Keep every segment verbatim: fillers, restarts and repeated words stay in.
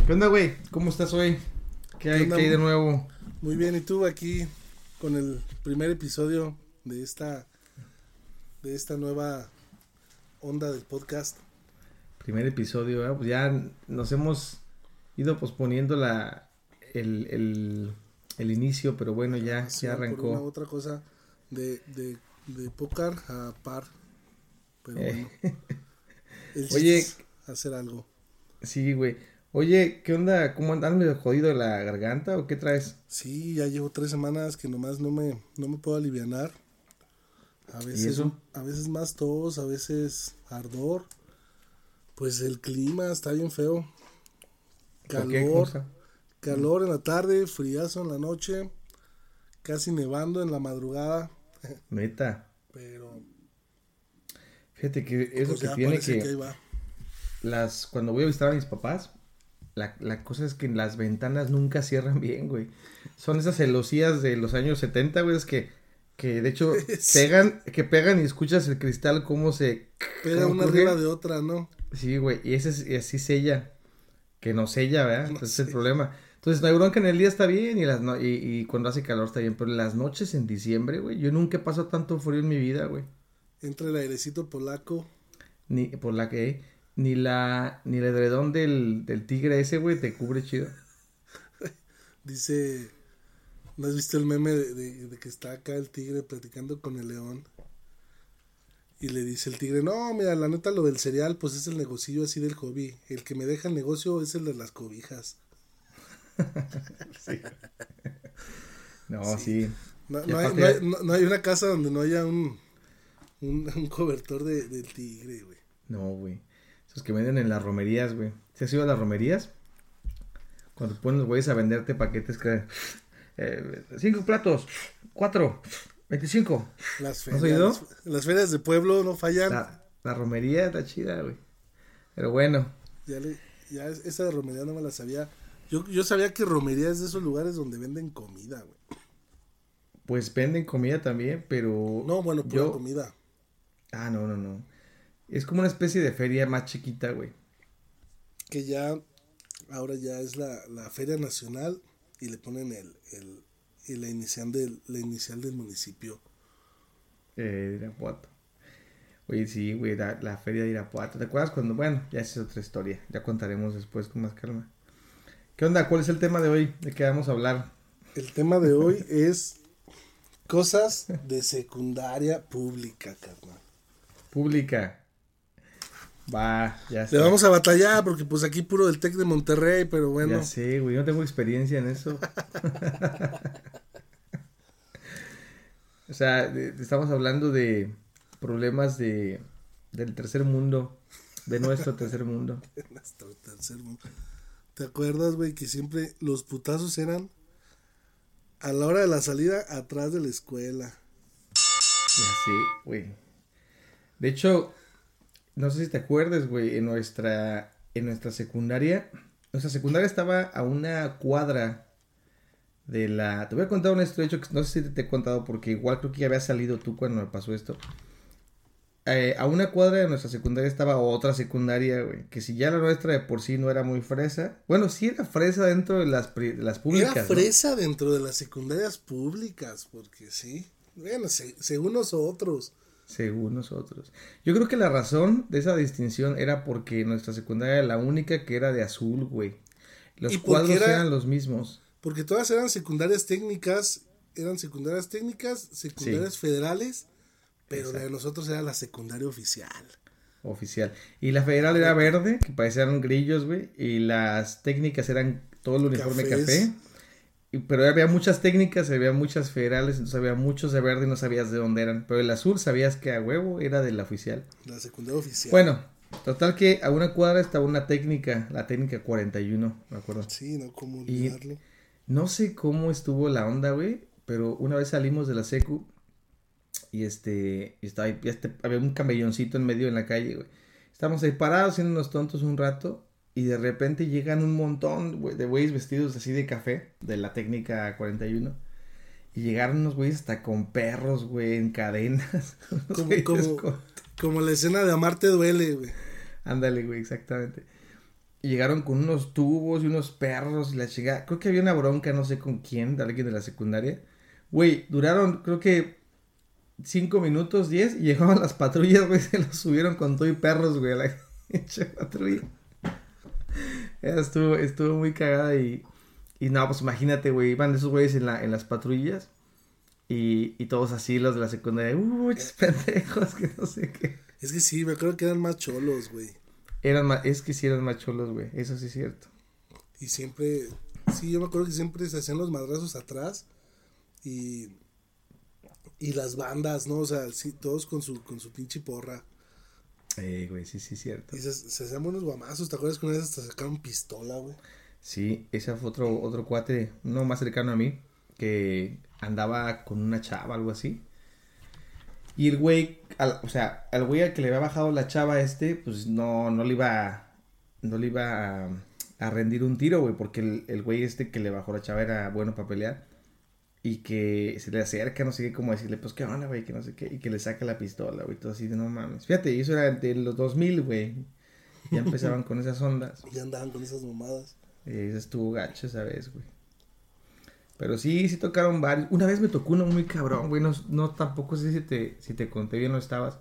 ¿Qué onda, güey? ¿Cómo estás hoy? ¿Qué hay, ¿Qué hay de nuevo? Muy bien, ¿y tú aquí con el primer episodio de esta de esta nueva onda del podcast? Primer episodio, ¿eh? Pues ya nos hemos ido posponiendo la el, el, el inicio, pero bueno, ya, ah, sí, ya arrancó. Por una otra cosa de, de, de póker a par, pero eh. bueno. El Oye, es hacer algo. Sí, güey. Oye, ¿qué onda? ¿Cómo andas medio jodido de la garganta o qué traes? Sí, ya llevo tres semanas que nomás no me, no me puedo alivianar. A veces, ¿Y eso? a veces más tos, a veces ardor. Pues el clima está bien feo. Calor, calor en la tarde, friazo en la noche, casi nevando en la madrugada. Neta. Pero fíjate que eso pues que tiene que, que las cuando voy a visitar a mis papás, la, la cosa es que las ventanas nunca cierran bien, güey. Son esas celosías de los años setenta, güey, es que que de hecho sí. pegan, que pegan y escuchas el cristal cómo se pega una arriba de otra, ¿no? Sí, güey, y ese es, y así sella, que no sella, ¿verdad? Entonces es el problema. Entonces no hay bronca, en el día está bien y las no, y, y cuando hace calor está bien, pero en las noches en diciembre, güey, yo nunca he pasado tanto frío en mi vida, güey. Entra el airecito polaco. Ni por la que ni la ni el edredón del, del tigre ese, güey, te cubre chido. Dice, ¿no has visto el meme de, de, de que está acá el tigre platicando con el león? Y le dice el tigre, no, mira, la neta lo del cereal, pues es el negocillo así del hobby. El que me deja el negocio es el de las cobijas. Sí. No, sí. sí. No, no, hay, no, hay, no, no hay una casa donde no haya un, un, un cobertor de, del tigre, güey. No, güey. Esos que venden en las romerías, güey. ¿Se has ido a las romerías? Cuando ponen los güeyes a venderte paquetes que... Eh, cinco platos, cuatro, veinticinco. Las ferias, ¿has oído? Las, las ferias de pueblo no fallan. La, la romería está chida, güey. Pero bueno. Ya, le, ya esa de romería no me la sabía. Yo, yo sabía que romería es de esos lugares donde venden comida, güey. Pues venden comida también, pero... No, bueno, pura yo... comida. Ah, no, no, no. Es como una especie de feria más chiquita, güey. Que ya, ahora ya es la, la feria nacional y le ponen el, el, el la, inicial del, la inicial del municipio. Eh, de Irapuato. Oye, sí, güey, la, la feria de Irapuato. ¿Te acuerdas cuando? Bueno, ya esa es otra historia. Ya contaremos después con más calma. ¿Qué onda? ¿Cuál es el tema de hoy? ¿De qué vamos a hablar? El tema de hoy es cosas de secundaria pública, carnal. Pública. Va, ya está. Le vamos a batallar porque pues aquí puro del Tec de Monterrey, pero bueno. Ya sé, güey, no tengo experiencia en eso. O sea, de, de, estamos hablando de problemas de del tercer mundo, de nuestro tercer mundo. De nuestro tercer mundo. ¿Te acuerdas, güey, que siempre los putazos eran a la hora de la salida atrás de la escuela? Ya sé, güey. De hecho, no sé si te acuerdas, güey, en nuestra, en nuestra secundaria, nuestra secundaria estaba a una cuadra de la... Te voy a contar una historia, de hecho, que no sé si te he contado, porque igual creo que ya había salido tú cuando me pasó esto. Eh, a una cuadra de nuestra secundaria estaba otra secundaria, güey, que si ya la nuestra de por sí no era muy fresa, bueno, sí era fresa dentro de las, de las públicas, Era fresa, ¿no? Dentro de las secundarias públicas, porque sí, bueno, se, según nosotros. Según nosotros. Yo creo que la razón de esa distinción era porque nuestra secundaria era la única que era de azul, güey. Los cuadros era, eran los mismos. Porque todas eran secundarias técnicas, eran secundarias técnicas, secundarias sí. federales, pero exacto. La de nosotros era la secundaria oficial. Oficial. Y la federal era verde, que parecían grillos, güey, y las técnicas eran todo el uniforme Cafés. Café. Pero había muchas técnicas, había muchas federales, entonces había muchos de verde y no sabías de dónde eran. Pero el azul sabías que a huevo era de la oficial. La secundaria oficial. Bueno, total que a una cuadra estaba una técnica, la técnica cuarenta y uno, me acuerdo. Sí, no, cómo olvidarlo. Y no sé cómo estuvo la onda, güey, pero una vez salimos de la secu y este, y estaba ahí, este, había un camelloncito en medio en la calle, güey. Estábamos ahí parados haciéndonos tontos un rato. Y de repente llegan un montón wey, de güeyes vestidos así de café, de la técnica cuarenta y uno. Y llegaron unos güeyes hasta con perros, güey, en cadenas. Como, como, con... como la escena de Amarte Duele, güey. Ándale, güey, exactamente. Y llegaron con unos tubos y unos perros y la chingada. Creo que había una bronca, no sé con quién, de alguien de la secundaria. Güey, duraron, creo que cinco minutos, diez, y llegaban las patrullas, güey, se los subieron con todo y perros, güey, a la patrulla. Estuvo, estuvo muy cagada y, y no, pues imagínate, güey, iban esos güeyes en, la, en las patrullas y, y todos así, los de la secundaria, uy, pendejos, que no sé qué. Es que sí, me acuerdo que eran más cholos, güey. Eran más, es que sí eran más cholos, güey, eso sí es cierto. Y siempre, sí, yo me acuerdo que siempre se hacían los madrazos atrás y, y las bandas, ¿no? O sea, sí, todos con su, con su pinche porra. Eh, güey, sí, sí es cierto. Y se, se hacían buenos guamazos, ¿te acuerdas que una vez hasta sacaron pistola, güey? Sí, ese fue otro, otro cuate, uno más cercano a mí, que andaba con una chava, algo así. Y el güey, al, o sea, al güey al que le había bajado la chava este, pues no, no le iba a, no le iba a, a rendir un tiro, güey, porque el, el güey este que le bajó la chava era bueno para pelear. Y que se le acerca, no sé qué, como decirle, pues qué onda, güey, que no sé qué, y que le saca la pistola, güey, todo así de no mames. Fíjate, y eso era de los dos mil, güey. Ya empezaban con esas ondas. Ya andaban con esas mamadas. Eh, esa estuvo gacho esa vez, güey. Pero sí, sí tocaron varios. Una vez me tocó uno muy cabrón, güey. No, no tampoco sé si te, si te conté bien, no estabas.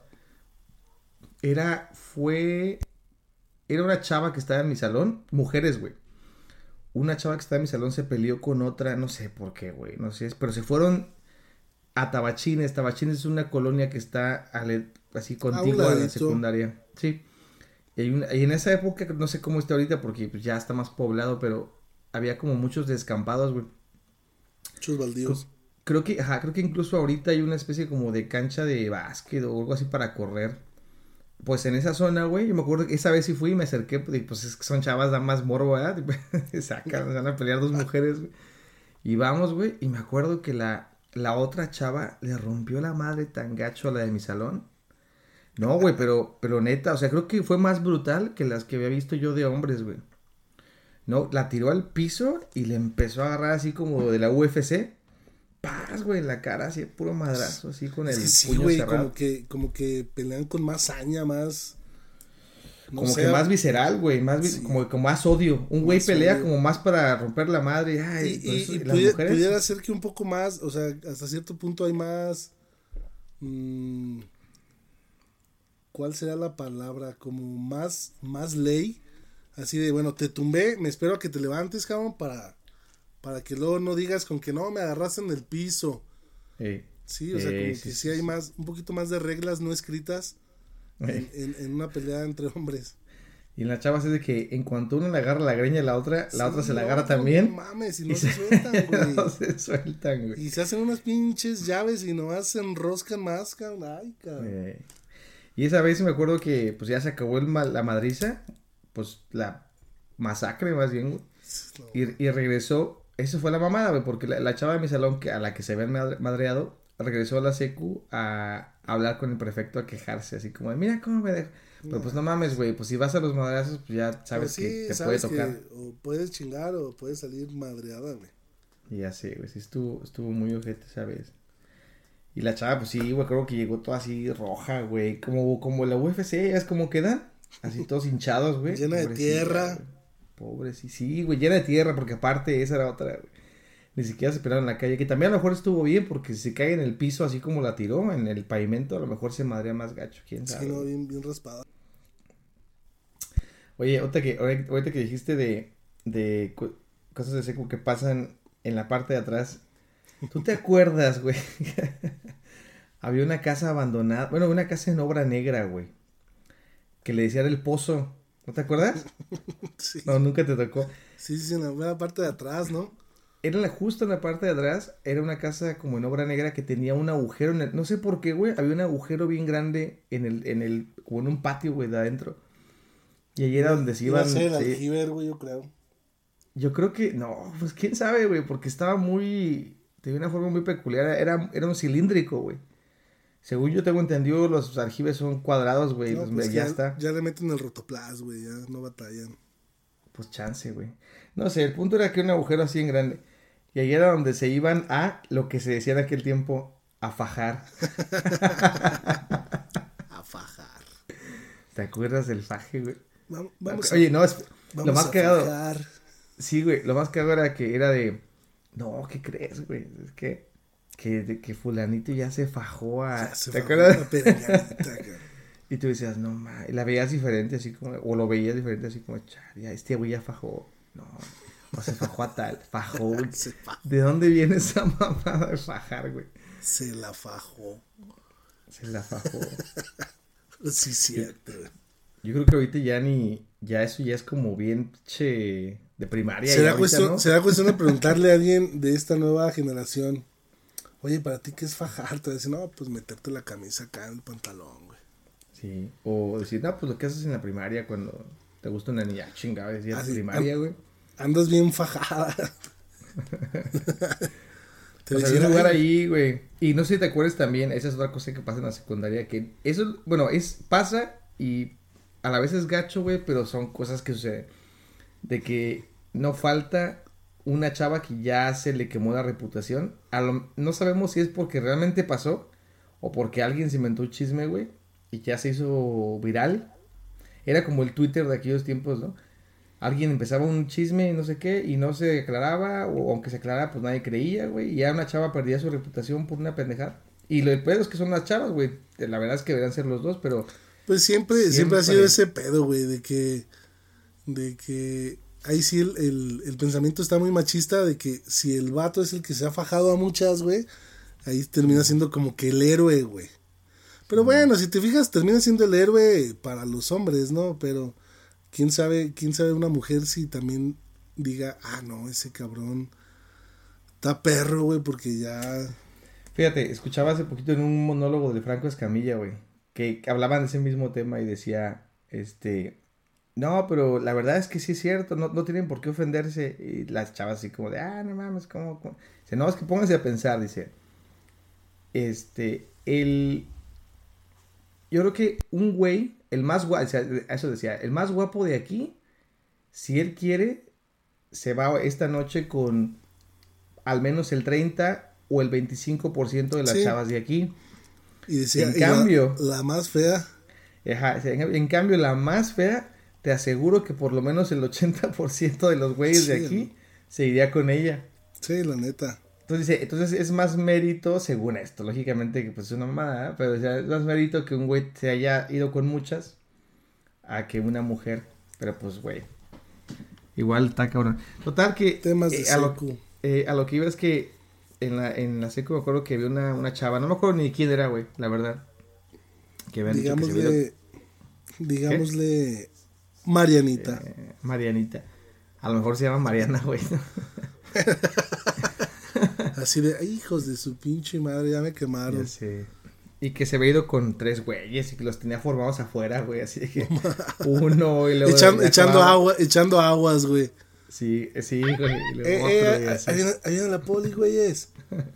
Era, fue... Era una chava que estaba en mi salón. Mujeres, güey. Una chava que estaba en mi salón se peleó con otra. No sé por qué, güey. No sé. Pero se fueron a Tabachines. Tabachines es una colonia que está ale, así contigua a la secundaria. Sí. Y, hay una, y en esa época, no sé cómo está ahorita porque pues, ya está más poblado, pero había como muchos descampados, güey. Muchos baldíos. Creo, creo que, ajá, creo que incluso ahorita hay una especie como de cancha de básquet o algo así para correr. Pues en esa zona, güey, yo me acuerdo que esa vez sí fui y me acerqué, pues, pues es que son chavas, da más morbo, ¿verdad? Sacan, van a pelear dos mujeres, güey. Y vamos, güey, y me acuerdo que la, la otra chava le rompió la madre tan gacho a la de mi salón. No, güey, pero, pero neta, o sea, creo que fue más brutal que las que había visto yo de hombres, güey. No, la tiró al piso y le empezó a agarrar así como de la U F C. Paz, güey, en la cara, así, puro madrazo, así con es el que sí, puño güey, cerrado. como que, como que pelean con más saña, más... No como sé, que más visceral, güey, más sí. como, como más odio. Un güey pelea odio. Como más para romper la madre. Ay, y y, eso, y pudiera, mujeres... pudiera ser que un poco más, o sea, hasta cierto punto hay más... Mmm, ¿cuál será la palabra? Como más, más ley. Así de, bueno, te tumbé, me espero a que te levantes, cabrón, para, para que luego no digas con que no, me agarraste en el piso. Hey. Sí, o sea, hey, como sí, que sí, sí hay sí. más, un poquito más de reglas no escritas en, en, en una pelea entre hombres. Y en la chava es de que en cuanto uno le agarra la greña a la otra, sí, la otra se la agarra no, también. No mames, y no y se, se sueltan, güey. No se sueltan, güey. Y se hacen unas pinches llaves y nomás se enroscan más, cabrón. Ay, cabrón. Eh. Y esa vez me acuerdo que pues ya se acabó el ma- la madriza, pues la masacre más bien, güey. No. Y, y regresó, eso fue la mamada, güey, porque la, la chava de mi salón que a la que se habían madre, madreado, regresó a la secu a, a hablar con el prefecto a quejarse, así como, mira cómo me dejo. Pero pues no mames, güey, pues si vas a los madrazos, pues ya sabes sí, que te sabes puede tocar. Que o puedes chingar o puedes salir madreada, güey. Y ya sé, güey, sí estuvo, estuvo muy ojete esa vez. Y la chava, pues sí, güey, creo que llegó toda así roja, güey. Como, como la U F C, ¿ya es como queda? Así todos hinchados, güey. Llena de tierra. Pobre, sí, sí, güey, llena de tierra, porque aparte esa era otra, güey. Ni siquiera se esperaron en la calle, que también a lo mejor estuvo bien, porque si se cae en el piso así como la tiró, en el pavimento, a lo mejor se madrea más gacho, quién sabe. Sí, no, bien, bien raspada. Oye, ahorita que, ahorita que dijiste de, de cosas de seco que pasan en la parte de atrás, ¿tú te acuerdas, güey? Había una casa abandonada, bueno, una casa en obra negra, güey, que le decían el pozo, ¿no te acuerdas? Sí. No, nunca te tocó. Sí, sí, en la buena parte de atrás, ¿no? Era la, justo en la parte de atrás, era una casa como en obra negra que tenía un agujero, en el, no sé por qué, güey, había un agujero bien grande en el, en el, como en un patio, güey, de adentro. Y ahí era donde se iban... Iba a ser el sí. aljiber, güey, yo creo. Yo creo que, no, pues quién sabe, güey, porque estaba muy, de una forma muy peculiar, era, era un cilíndrico, güey. Según yo tengo entendido, los aljibes son cuadrados, güey, no, los, pues ya ya está. Ya le meten el rotoplas, güey, ya no batallan. Pues chance, güey. No sé, el punto era que era un agujero así en grande. Y ahí era donde se iban a, lo que se decía en aquel tiempo, a fajar. A fajar. ¿Te acuerdas del faje, güey? Vamos, vamos Oye, a... no, es, Vamos lo más a cagado. fajar. Sí, güey, lo más cagado era que era de, no, ¿qué crees, güey? Es que, que, de, que fulanito ya se fajó a... Ya se ¿Te fajó acuerdas? una perenganita, cabrón. Y tú decías, no, ma, y la veías diferente, así como, o lo veías diferente, así como, char, ya, este güey ya fajó. No, no se fajó a tal, fajó, güey. Se fajó. ¿De dónde viene esa mamada de fajar, güey? Se la fajó. Se la fajó. Sí, cierto, güey. Yo creo que ahorita ya ni, ya eso ya es como bien, che, de primaria. ¿Será, ahorita, cuestión, ¿no? será cuestión de preguntarle a alguien de esta nueva generación, oye, ¿para ti qué es fajar? Te va a decir, no, pues meterte la camisa acá en el pantalón, güey. Sí, o decir, no, pues lo que haces en la primaria cuando te gusta una niña, chingada, decías Así, primaria, an- güey. Andas bien fajada. Te O sea, decía, un lugar "Ay, ahí, güey. Y no sé si te acuerdas también, esa es otra cosa que pasa en la secundaria, que eso, bueno, es, pasa y a la vez es gacho, güey, pero son cosas que suceden. De que no falta una chava que ya se le quemó la reputación. A lo- no sabemos si es porque realmente pasó o porque alguien se inventó un chisme, güey, y ya se hizo viral. Era como el Twitter de aquellos tiempos, ¿no? Alguien empezaba un chisme y no sé qué y no se aclaraba, o aunque se aclaraba, pues nadie creía, güey, y ya una chava perdía su reputación por una pendejada. Y lo peor es que son las chavas, güey. La verdad es que deberían ser los dos, pero pues siempre, siempre, siempre ha sido ese pedo, güey, de que, de que, ahí sí el, el, el pensamiento está muy machista, de que si el vato es el que se ha fajado a muchas, güey, ahí termina siendo como que el héroe, güey. Pero bueno, si te fijas, termina siendo el héroe para los hombres, ¿no? Pero quién sabe, quién sabe una mujer si también diga, ah, no, ese cabrón está perro, güey, porque ya... fíjate, escuchaba hace poquito en un monólogo de Franco Escamilla, güey, que hablaban de ese mismo tema y decía, este, no, pero la verdad es que sí es cierto, no, no tienen por qué ofenderse. Y las chavas así como de, ah, no mames, ¿cómo? cómo? Dice, no, es que pónganse a pensar, dice, este, el, yo creo que un güey, el más guapo, o sea, eso decía, el más guapo de aquí, si él quiere, se va esta noche con al menos el treinta o el veinticinco por ciento de las Sí. chavas de aquí. Y decía, En y la- cambio- la, más fea, Ajá, en, en cambio, la más fea, te aseguro que por lo menos el ochenta por ciento de los güeyes de Sí, aquí se iría con ella. sí, la neta. Entonces dice, entonces es más mérito, según esto, lógicamente que pues es una mamada, ¿eh? Pero o sea, es más mérito que un güey se haya ido con muchas a que una mujer. Pero pues, güey, igual está cabrón. Total que Temas de eh, a, lo, secu. eh, a lo que iba es que en la, en la secu me acuerdo que había una, una chava, no me acuerdo ni quién era, güey, la verdad. Que habían dicho que se había ido- Digámosle, digámosle, Marianita. eh, Marianita. A lo mejor se llama Mariana, güey. Así de, "Ay, hijos de su pinche madre, ya me Ya quemaron. sé. Y que se había ido con tres güeyes y que los tenía formados afuera, güey. Así de que uno y luego. Echan- ya echando acababa. agua, echando aguas, güey. Sí, eh, sí, güey. Y luego Eh, otro, eh, y ahí así. viene, ahí viene la poli, güeyes.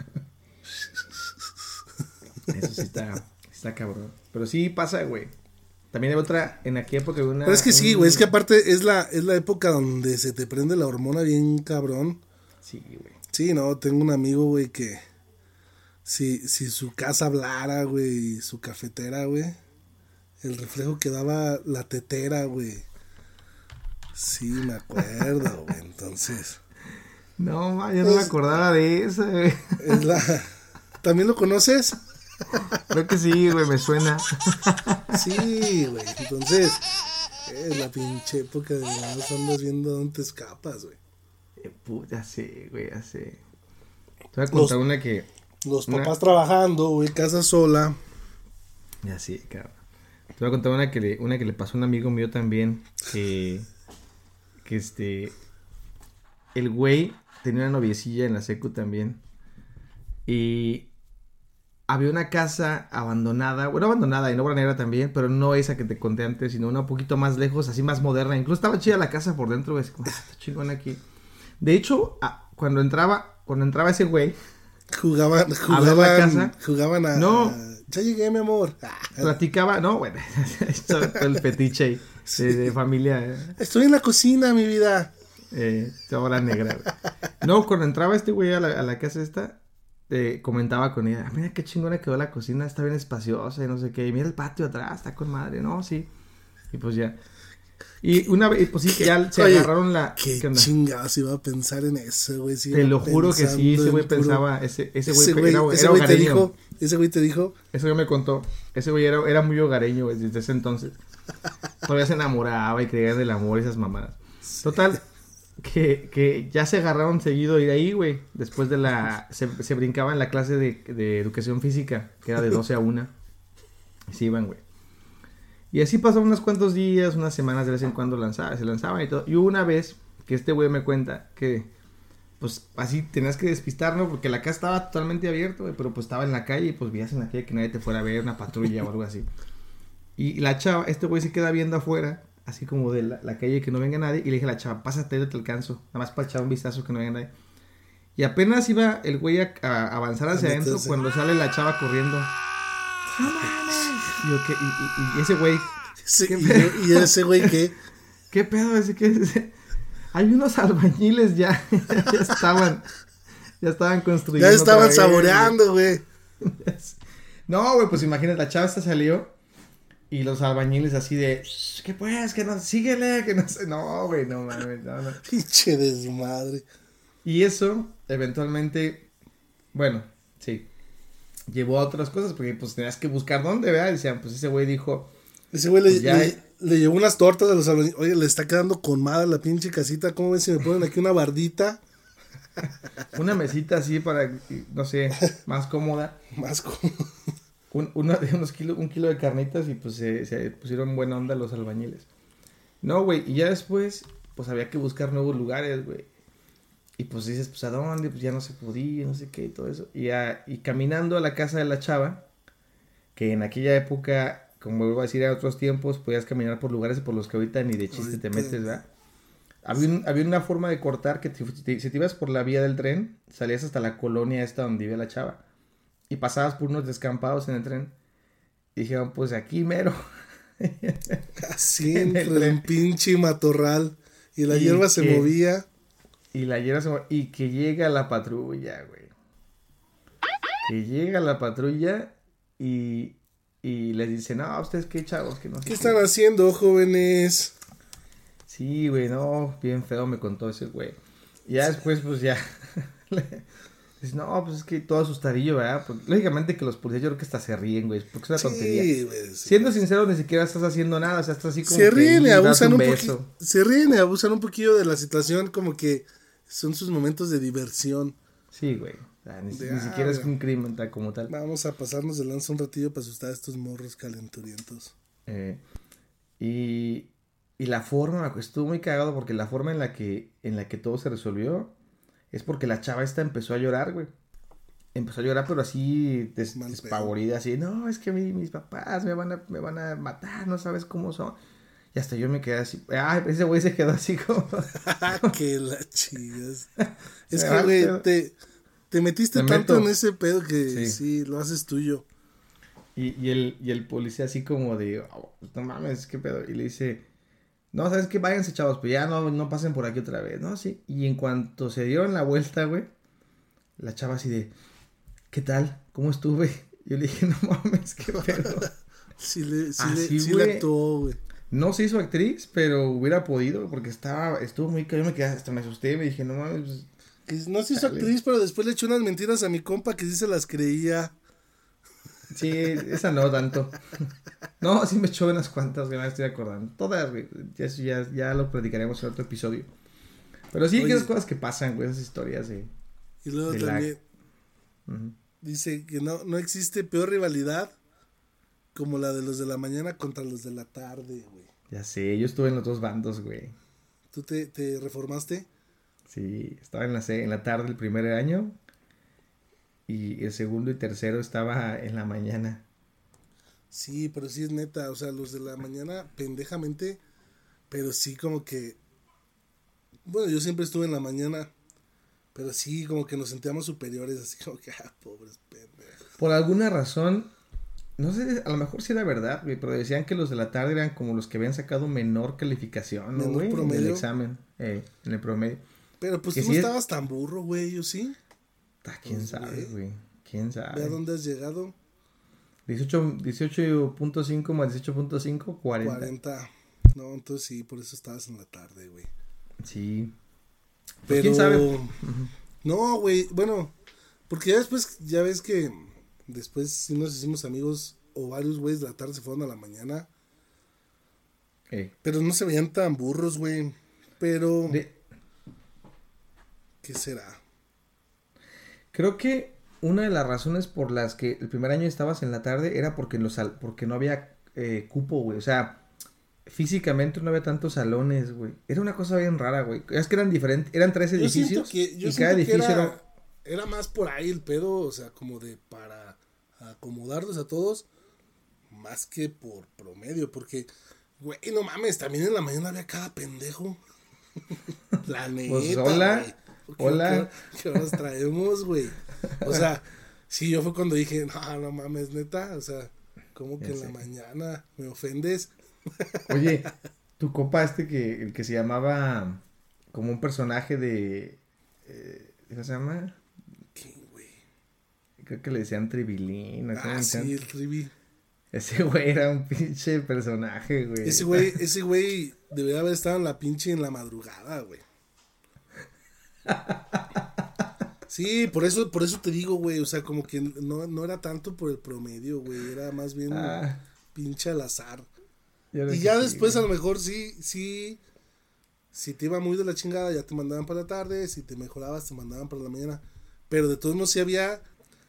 Eso sí está, sí está cabrón. Pero sí pasa, güey. También hay otra, en aquella época de una. Pero es que sí, un- güey, es que aparte es la, es la época donde se te prende la hormona bien cabrón. Sí, güey. Sí, no, tengo un amigo, güey, que si, si su casa hablara, güey, y su cafetera, güey, el reflejo que daba la tetera, güey. Sí, me acuerdo, güey, entonces. No, ma, yo no me Es- acordaba de eso, güey. Es la... ¿También lo conoces? Creo que sí, güey, me suena. Sí, güey, entonces es la pinche época de los andas viendo dónde te escapas, güey. Eh, puta, ya sé, güey, ya sé. Te voy a contar Los- una que. Los Una- papás trabajando, güey, casa sola. Ya sí, cabrón. Te voy a contar una que le, una que le pasó a un amigo mío también. Que. Que este. El güey tenía una noviecilla en la secu también. Y. Había una casa abandonada. Bueno, abandonada en Obra Negra también. Pero no esa que te conté antes, sino una un poquito más lejos, así más moderna. Incluso estaba chida la casa por dentro, güey. Así como, ah, está chingón aquí. De hecho, a- cuando entraba. Cuando entraba ese güey. Jugaban, ver la jugaban, casa. jugaban a... No. Ya llegué, mi amor. Ah, Platicaba, no, bueno, esto fue el fetiche ahí, de, de familia, eh, estoy en la cocina, mi vida. eh, Obra Negra, güey. No, cuando entraba este güey a la, a la casa esta, eh, comentaba con ella, "Ah, mira qué chingona quedó la cocina, está bien espaciosa y no sé qué, y mira el patio atrás, está con madre, no, sí, y pues ya, Y una vez, pues sí, que ya se Oye, agarraron la... Qué chingados iba a pensar en eso, güey. Si te lo juro que sí, ese güey puro... pensaba, ese, ese güey, ese güey, era, ese era güey te hogareño. dijo, ese güey te dijo. Eso ya me contó, ese güey era, era muy hogareño, güey, desde ese entonces. Todavía se enamoraba y creía en el amor y esas mamadas. Sí. Total, que, que ya se agarraron seguido ir ahí, güey. Después de la, se, se brincaba en la clase de, de educación física, que era de doce a una. Y se iban, güey. Y así pasaron unos cuantos días, unas semanas de vez en cuando lanzaba, se lanzaban y todo. Y hubo una vez que este güey me cuenta que, pues, así tenías que despistar, ¿no? Porque la casa estaba totalmente abierta, güey, pero pues estaba en la calle y pues veías en la calle que nadie te fuera a ver, una patrulla o algo así. Y la chava, este güey se queda viendo afuera, así como de la, la calle que no venga nadie. Y le dije a la chava, pásate, yo te alcanzo, nada más para echar un vistazo que no venga nadie. Y apenas iba el güey a, a avanzar hacia adentro cuando sale la chava corriendo. ¡No mames! Y, okay, y, y, y ese güey. Sí, y, y ese güey qué. ¿Qué pedo? Ese, ¿qué es? Hay unos albañiles ya. ya estaban. Ya estaban construyendo. Ya estaban saboreando, güey. No, güey, pues imagínate, la chava esta salió. Y los albañiles así de. ¿Qué pues? Que no. Síguele. Que no sé. No, güey, no mames. No, no. Pinche desmadre. Y eso, eventualmente. Bueno, sí. Llevó a otras cosas, porque pues tenías que buscar dónde, ¿verdad? Decían, pues ese güey dijo. Ese güey pues, le, le, le llevó unas tortas a los albañiles. Oye, le está quedando con madre la pinche casita. ¿Cómo ven si me ponen aquí una bardita? Una mesita así para, no sé, más cómoda. Más cómoda. Un, una de unos kilos, un kilo de carnitas y pues se, se pusieron buena onda los albañiles. No, güey, y ya después, pues había que buscar nuevos lugares, güey. Y pues dices, pues ¿a dónde? Pues ya no se podía, no sé qué y todo eso. Y, a, y caminando a la casa de la chava, que en aquella época, como vuelvo a decir, a otros tiempos, podías caminar por lugares por los que ahorita ni de chiste ahorita te metes, ¿verdad? Había, un, había una forma de cortar que te, te, si te ibas por la vía del tren, salías hasta la colonia esta donde vive la chava. Y pasabas por unos descampados en el tren. Y dijeron, pues aquí mero. Así entre el, el pinche matorral. Y la y hierba que, se movía. Y la hierba se movía. Y que llega la patrulla, güey. Que llega la patrulla y, y les dice, no, ustedes qué chavos. Que no sé ¿Qué, ¿Qué están haciendo, jóvenes? Sí, güey, no, bien feo me contó ese güey. Y ya después, pues ya... Dice, no, pues es que todo asustadillo, ¿verdad? Porque, lógicamente que los policías yo creo que hasta se ríen, güey, porque es una tontería. Sí, güey, sí. Siendo sincero, ni siquiera estás haciendo nada, o sea, estás así como se ríen y abusan un, un poquito. Se ríen y abusan un poquillo de la situación, como que son sus momentos de diversión. Sí, güey, o sea, ni, de, ni siquiera ah, es un crimen tal como tal. Vamos a pasarnos de lanza un ratillo para asustar a estos morros calenturientos. Eh, y, y la forma, estuvo muy cagado porque la forma en la que, en la que todo se resolvió... Es porque la chava esta empezó a llorar, güey. Empezó a llorar, pero así des, despavorida, así. No, es que mi, mis papás me van, a, me van a matar, no sabes cómo son. Y hasta yo me quedé así. Ay, ese güey se quedó así como... que la chingas. Es que, güey, te, te metiste te tanto meto. en ese pedo que sí, sí lo haces tuyo. Y, y, el, y el policía así como de... Oh, no mames, qué pedo. Y le dice... No, ¿sabes qué? Váyanse, chavos, pues ya no, no pasen por aquí otra vez, ¿no? Sí. Y en cuanto se dieron la vuelta, güey, la chava así de, ¿qué tal? ¿Cómo estuve? Yo le dije, no mames, qué pedo. sí le, sí así, le, sí le actuó, güey. No se hizo actriz, pero hubiera podido, porque estaba, estuvo muy caro, yo me quedé, hasta me asusté, me dije, no mames. Pues, no se hizo dale. actriz, pero después le echó unas mentiras a mi compa que sí se las creía. Sí, esa no tanto. No, sí me echó unas cuantas, que me estoy acordando. Todas, güey. Ya, ya, ya lo platicaremos en otro episodio. Pero sí, que esas cosas que pasan, güey, esas historias de... Y luego de también la... uh-huh. dice que no, no existe peor rivalidad como la de los de la mañana contra los de la tarde, güey. Ya sé, yo estuve en los dos bandos, güey. ¿Tú te, te reformaste? Sí, estaba en la, en la tarde el primer año. Y el segundo y tercero estaba en la mañana. Sí, pero sí es neta, o sea, los de la mañana pendejamente, pero sí como que, bueno, yo siempre estuve en la mañana, pero sí como que nos sentíamos superiores, así como que, ah, pobres pendejos. Por alguna razón, no sé, a lo mejor sí era verdad, güey, pero decían que los de la tarde eran como los que habían sacado menor calificación, ¿no, güey? En el examen, eh, en el promedio. Pero pues que tú no sí estabas es... tan burro, güey, ¿yo sí? Ah, quién pues, sabe, güey. ¿Quién sabe? ¿Ve a dónde has llegado? dieciocho punto cinco más dieciocho punto cinco, cuarenta. cuarenta. No, entonces sí, por eso estabas en la tarde, güey. Sí. Pero... ¿Quién sabe? No, güey, bueno, porque ya después, ya ves que después sí nos hicimos amigos o varios güeyes de la tarde se fueron a la mañana. Eh. Pero no se veían tan burros, güey. Pero... De... ¿Qué será? Creo que una de las razones por las que el primer año estabas en la tarde era porque, los sal... porque no había eh, cupo, güey. O sea, físicamente no había tantos salones, güey. Era una cosa bien rara, güey. Es que eran diferentes, eran tres edificios. Yo siento que, yo y siento cada edificio que era, era... era más por ahí el pedo, o sea, como de para acomodarlos a todos, más que por promedio, porque, güey, no mames, también en la mañana había cada pendejo. La neta, Pues hola, güey. hola. ¿Qué, qué horas traemos, güey? O sea, sí, yo fue cuando dije, no, no mames, neta, o sea, ¿cómo que Ya en sé. la mañana me ofendes? Oye, tu compa este que, el que se llamaba como un personaje de... Eh, ¿Cómo se llama? ¿Quién, güey? Creo que le decían Tribilín. ¿No? ¿Cómo Ah, le sí, decían? el Trivi. Ese güey era un pinche personaje, güey. Ese güey, ese güey debería haber estado en la pinche en la madrugada, güey. Sí, por eso, por eso te digo, güey, o sea, como que no, no era tanto por el promedio, güey, era más bien Ah, pinche al azar. ya lo Y que ya sí, después güey. a lo mejor sí, sí, si te iba muy de la chingada ya te mandaban para la tarde, si te mejorabas te mandaban para la mañana. Pero de todos modos sí había,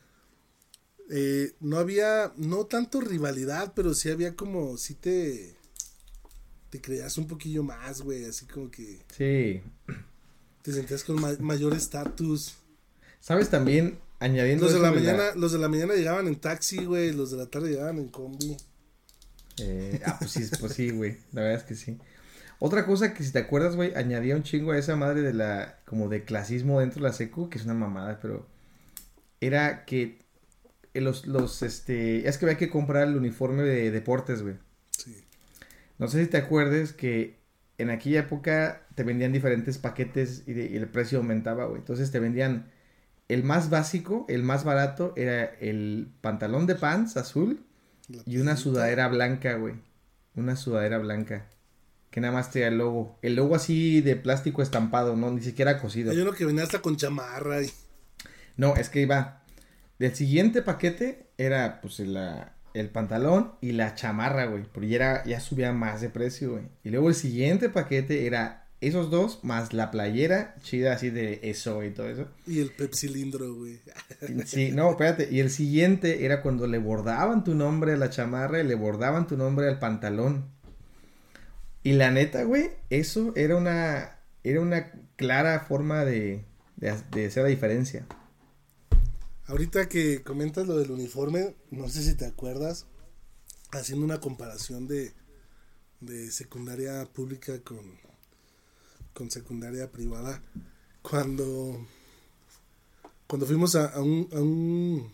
eh, no había, no tanto rivalidad, pero sí había como, sí te, te creías un poquillo más, güey, así como que Sí. te sentías con ma- mayor estatus. ¿Sabes también? Añadiendo Los de eso la de mañana, los de la mañana llegaban en taxi, güey, los de la tarde llegaban en combi. Eh, ah, pues sí, pues sí, güey. La verdad es que sí. Otra cosa que si te acuerdas, güey, añadía un chingo a esa madre de la... Como de clasismo dentro de la secu, que es una mamada, pero... Era que los, los, este... Es que había que comprar el uniforme de deportes, güey. Sí. No sé si te acuerdas que en aquella época te vendían diferentes paquetes y, de- y el precio aumentaba, güey. Entonces te vendían el más básico, el más barato, era el pantalón de pants azul La y una playerita. sudadera blanca, güey. Una sudadera blanca. Que nada más traía el logo. El logo así de plástico estampado, no, ni siquiera cosido. Hay uno que venía hasta con chamarra y... No, es que iba. Del siguiente paquete era pues la, el pantalón y la chamarra, güey. Porque ya, era, ya subía más de precio, güey. Y luego el siguiente paquete era esos dos más la playera chida así de eso y todo eso. Y el pepsilindro, güey. Sí, no, espérate. Y el siguiente era cuando le bordaban tu nombre a la chamarra y le bordaban tu nombre al pantalón. Y la neta, güey, eso era una, era una clara forma de, de, de hacer la diferencia. Ahorita que comentas lo del uniforme, no sé si te acuerdas, haciendo una comparación de, de secundaria pública con, con secundaria privada, cuando, cuando fuimos a, a un, a un,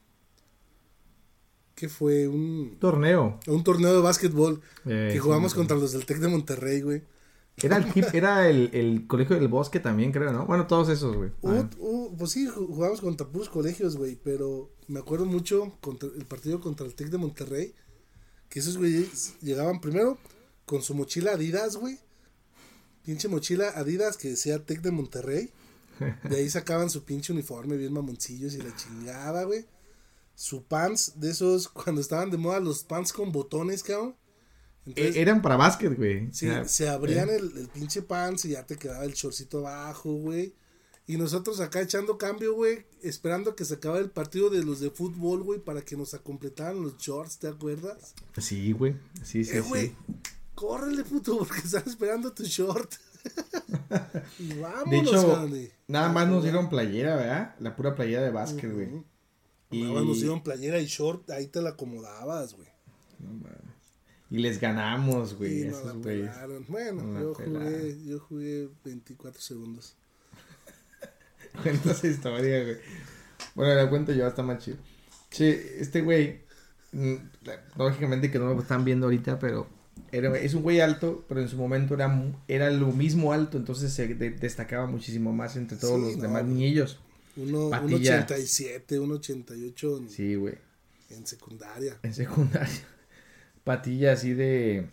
¿qué fue? Un, Torneo. a un torneo de básquetbol Eh, que sí, jugamos sí. contra los del Tec de Monterrey, güey. Era el, hip- era el, el colegio del bosque también, creo, ¿no? Bueno, todos esos, güey. Uh, Ah. uh, pues sí, ju- jugamos contra puros colegios, güey, pero me acuerdo mucho contra el partido contra el Tec de Monterrey, que esos güeyes llegaban primero con su mochila Adidas, güey, pinche mochila Adidas que decía Tec de Monterrey, de ahí sacaban su pinche uniforme bien mamoncillos y la chingada, güey, su pants de esos, cuando estaban de moda los pants con botones, cabrón. Entonces, Eh, eran para básquet, güey. sí, Era- se abrían eh. el, el pinche pants y ya te quedaba el shortcito abajo, güey. Y nosotros acá echando cambio, güey, esperando que se acabara el partido de los de fútbol, güey, para que nos completaran los shorts, ¿te acuerdas? Sí, güey. Sí, sí, eh, güey, sí. córrele, puto, porque están esperando tu short. Y vámonos, De hecho, cabrón. nada más nos dieron playera, ¿verdad? La pura playera de básquet, güey. Ujú. Y... Nada más nos dieron playera y short, ahí te la acomodabas, güey. No mames. Y les ganamos, güey. Y nos Esos la güeyes. pelaron. Bueno, Nos la yo pelaron. jugué, yo jugué veinticuatro segundos. Cuenta esa historia, güey. Bueno, la cuento yo, está más chido. Che, este güey, mm, lógicamente que no lo están viendo ahorita, pero era, es un güey alto, pero en su momento era, mu- era lo mismo alto, entonces se de- destacaba muchísimo más entre todos Sí, los no, demás güey. niñillos. Uno, un Patilla. ochenta y siete, un ochenta y ocho en, Sí, güey. en secundaria. En secundaria. Patilla así de,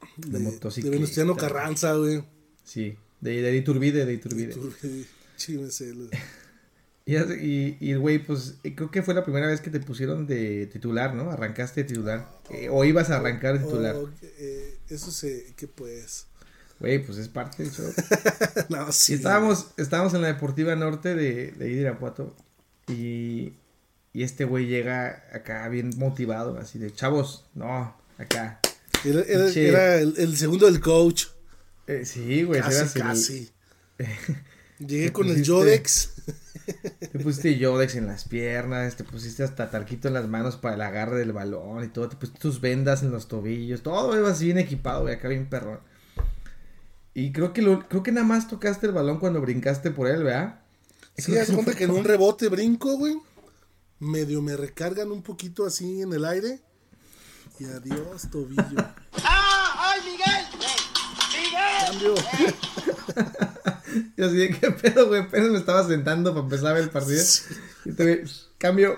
De, de motocicleta. De Venustiano Carranza, güey. Sí, de, de Iturbide, de Iturbide. Iturbide, chímeselo. Y, y, y, güey, pues, creo que fue la primera vez que te pusieron de titular, ¿no? Arrancaste de titular. Eh, o ibas a arrancar de titular. Oh, eh, eso sé, que pues... Güey, pues es parte del show. No, sí. Y estábamos, estábamos en la Deportiva Norte de, de Irapuato. Y, y este güey llega acá bien motivado, así de, chavos, no, acá. Era, era, era el, el segundo del coach. Eh, sí, güey. Casi, casi. El... Llegué con pusiste, el Yodex. Te pusiste Yodex en las piernas, te pusiste hasta talquito en las manos para el agarre del balón y todo. Te pusiste tus vendas en los tobillos. Todo ibas bien equipado, güey, acá bien perrón. Y creo que lo, creo que nada más tocaste el balón cuando brincaste por él, ¿verdad? Sí, haz cuenta que en un rebote brinco, güey. Medio me recargan un poquito así en el aire. Y adiós, tobillo. ¡Ah! ¡Ay, Miguel! ¡Miguel! Cambio. Yo así de, ¿qué pedo, güey? Apenas me estaba sentando para empezar el partido. Sí. Y te ve, cambio.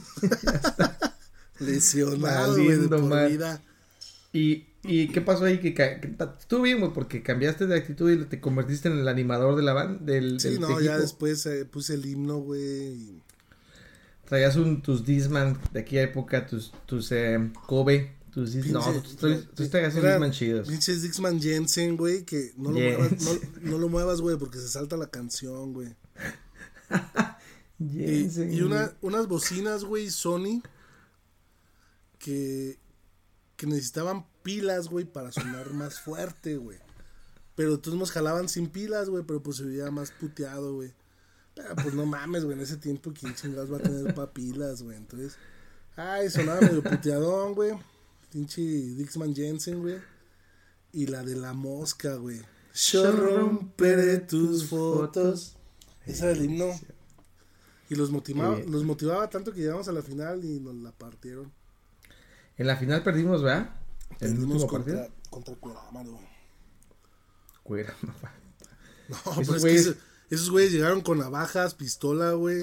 Lesionado, güey, de por mal. Vida. Y, ¿y qué pasó ahí? Que, que, que estuvo bien, güey, porque cambiaste de actitud y te convertiste en el animador de la banda, del, sí, del no, equipo. Ya después eh, puse el himno, güey. Y... Traías un, tus Disman de aquella época, tus, tus eh, Kobe, tus Dis... No, tú traías un Disman chidos. Pinches Dixman Jensen, güey, que no lo, muevas, no, no lo muevas, güey, porque se salta la canción, güey. Jensen, y y una, unas bocinas, güey, Sony, que, que necesitaban pilas, güey, para sonar más fuerte, güey. Pero todos nos jalaban sin pilas, güey, pero pues se veía más puteado, güey. Pero pues no mames, güey, en ese tiempo, ¿quién chingados va a tener papilas, güey? Entonces, ay, sonaba medio puteadón, güey. Pinche Dixman Jensen, güey. Y la de la mosca, güey. Yo romperé tus fotos. Esa era el himno. Y los motivaba, sí. los motivaba tanto que llegamos a la final y nos la partieron. En la final perdimos, ¿verdad? En el último contra, partido. Contra Cuerámaro. Cuerámaro. No, pues es güeyes... que esos güeyes llegaron con navajas, pistola, güey.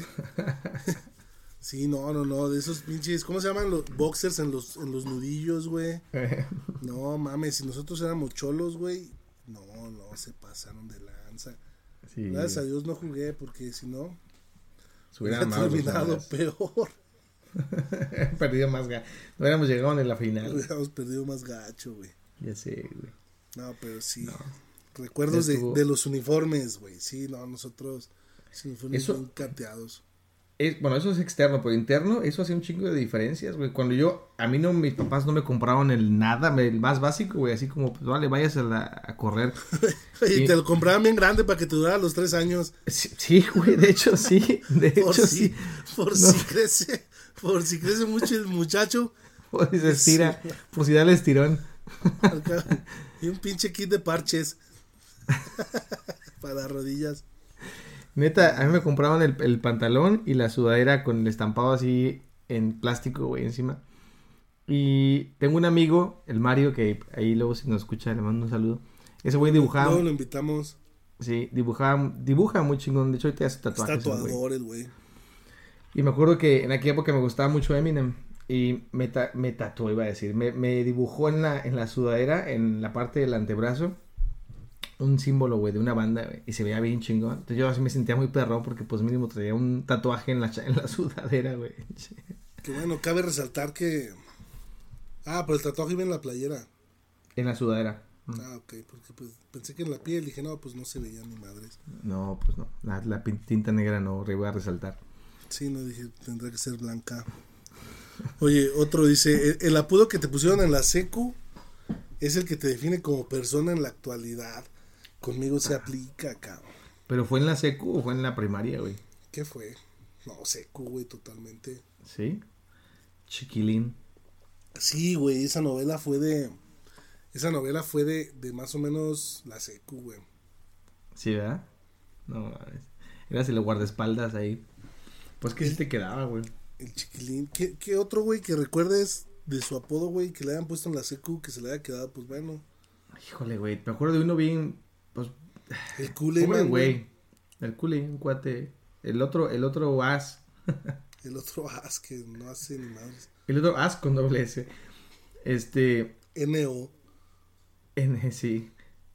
Sí, no, no, no, de esos pinches, ¿cómo se llaman los boxers en los en los nudillos, güey? No, mames, si nosotros éramos cholos, güey, no, no, se pasaron de lanza. Sí. Gracias a Dios no jugué, porque si no, se hubiera terminado peor. Perdido más gacho, no hubiéramos llegado en la final. Hubiéramos perdido más gacho, güey. Ya sé, güey. No, pero sí. No. Recuerdos de, de los uniformes, güey. Sí, no, nosotros sí, uniformes eso, bien cateados. Es, bueno, eso es externo, pero interno, eso hacía un chingo de diferencias, güey. Cuando yo, a mí no, mis papás no me compraban el nada, el más básico, güey. Así como, pues vale, vayas a, la, a correr. y, y te lo compraban bien grande para que te durara los tres años. Sí, sí, güey, de hecho sí. De por hecho si, sí. Por no. si crece, por si crece mucho el muchacho. Por si se estira, sí. Por si dale estirón. Y un pinche kit de parches. Para las rodillas. Neta, a mí me compraban el, el pantalón y la sudadera con el estampado así en plástico, güey, encima. Y tengo un amigo, el Mario, que ahí luego si nos escucha le mando un saludo. Ese güey dibujaba. Luego lo invitamos. Sí, dibujaba, dibuja muy chingón. De hecho, ahorita hace tatuajes. Es tatuador el güey. Y me acuerdo que en aquella época me gustaba mucho Eminem. Y me, ta- me tatuó, iba a decir. Me, me dibujó en la, en la sudadera, en la parte del antebrazo, un símbolo, güey, de una banda, güey, y se veía bien chingón. Entonces yo así me sentía muy perrón porque pues mínimo traía un tatuaje en la, en la sudadera, güey. Que bueno, cabe resaltar que... Ah, pero el tatuaje iba en la playera. En la sudadera. Ah, ok, porque pues pensé que en la piel, dije, no, pues no se veía ni madres. No, pues no, la, la tinta negra no, iba a resaltar. Sí, no, dije, tendrá que ser blanca. Oye, otro dice, el, el apodo que te pusieron en la secu es el que te define como persona en la actualidad. Conmigo se aplica, cabrón. ¿Pero fue en la secu o fue en la primaria, güey? ¿Qué fue? No, secu, güey, totalmente. ¿Sí? Chiquilín. Sí, güey, esa novela fue de... Esa novela fue de, de más o menos la secu, güey. Sí, ¿verdad? No, eras el guardaespaldas ahí. Pues que sí te quedaba, güey. El Chiquilín. ¿Qué, qué otro, güey, que recuerdes de su apodo, güey, que le hayan puesto en la secu, que se le haya quedado, pues bueno? Híjole, güey, me acuerdo de uno bien, pues... El Kuleman, güey. El Kule, un cuate. El otro, el otro as. El otro as que no hace ni más. El otro as con doble S. Este... N O. En, sí.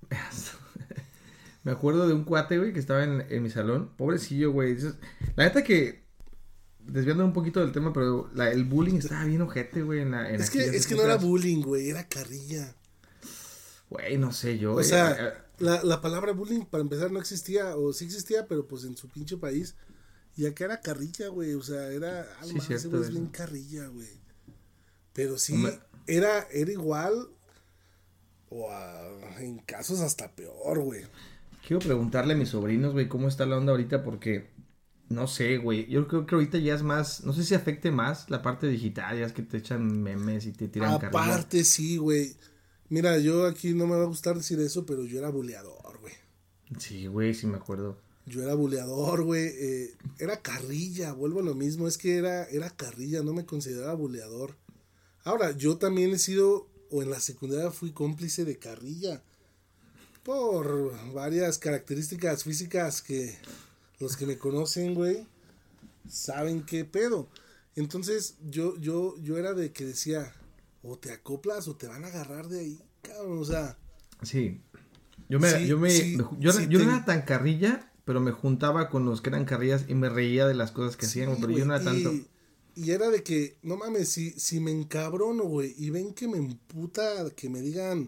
Me acuerdo de un cuate, güey, que estaba en, en mi salón. Pobrecillo, güey. La neta que, desviando un poquito del tema, pero la, el bullying estaba bien ojete, güey. En la, en es que, es que no era bullying, güey, era carrilla. Güey, no sé yo. O eh, sea, eh, la, la palabra bullying, para empezar, no existía, o sí existía, pero pues en su pinche país. Y acá era carrilla, güey, o sea, era algo sí, más, cierto, güey, es bien carrilla, güey. Pero sí, me... era, era igual, o a, en casos hasta peor, güey. Quiero preguntarle a mis sobrinos, güey, cómo está la onda ahorita, porque, no sé, güey, yo creo que ahorita ya es más, no sé si afecte más la parte digital, ya es que te echan memes y te tiran carrilla. Aparte, sí, güey. Mira, yo aquí no me va a gustar decir eso, pero yo era buleador, güey. Sí, güey, sí me acuerdo. Yo era buleador, güey. Eh, era carrilla, vuelvo a lo mismo. Es que era, era carrilla, no me consideraba buleador. Ahora, yo también he sido, o en la secundaria fui cómplice de carrilla. Por varias características físicas que los que me conocen, güey, saben qué pedo. Entonces, yo, yo, yo era de que decía, o te acoplas o te van a agarrar de ahí, cabrón, o sea. Sí. Yo me, sí, yo me, sí, me yo, sí yo te... no era tan carrilla, pero me juntaba con los que eran carrillas y me reía de las cosas que sí, hacían, pero wey, yo no era y, tanto. Y era de que, no mames, si, si me encabrono, güey, y ven que me emputa, que me digan,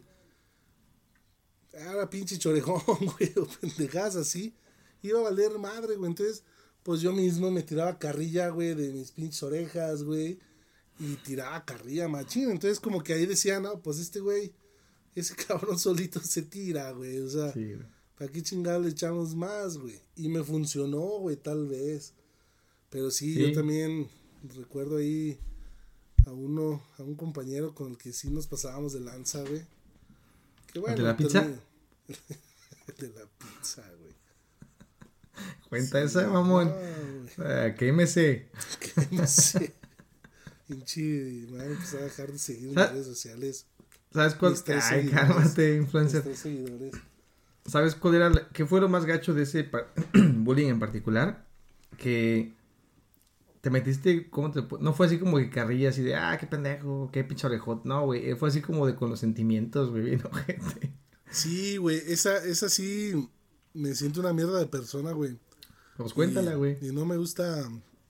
ah, pinche chorejón, güey, o pendejadas así, iba a valer madre, güey. Entonces, pues yo mismo me tiraba carrilla, güey, de mis pinches orejas, güey, y tiraba carrilla machín. Entonces, como que ahí decía, no, pues este güey, ese cabrón solito se tira, güey, o sea, sí, ¿para qué chingado le echamos más, güey? Y me funcionó, güey, tal vez. Pero sí, sí, yo también recuerdo ahí a uno, a un compañero con el que sí nos pasábamos de lanza, güey. Que bueno, ¿de la pizza? De la pizza, güey. Cuenta sí, esa, mamón. No, uh, quémese. Quémese. Pinche, me van a empezar a dejar de seguir en redes sociales. ¿Sabes cuál? Ay, cálmate, influencer. ¿Sabes cuál era? La... ¿Qué fue lo más gacho de ese pa... bullying en particular? Que te metiste, ¿cómo te... No fue así como que carrilla, así de, ah, qué pendejo, qué pinche orejot. No, güey, fue así como de con los sentimientos, güey, bien ojete. Sí, güey, esa, esa sí, me siento una mierda de persona, güey. Pues cuéntala, güey. Y, y no me gusta,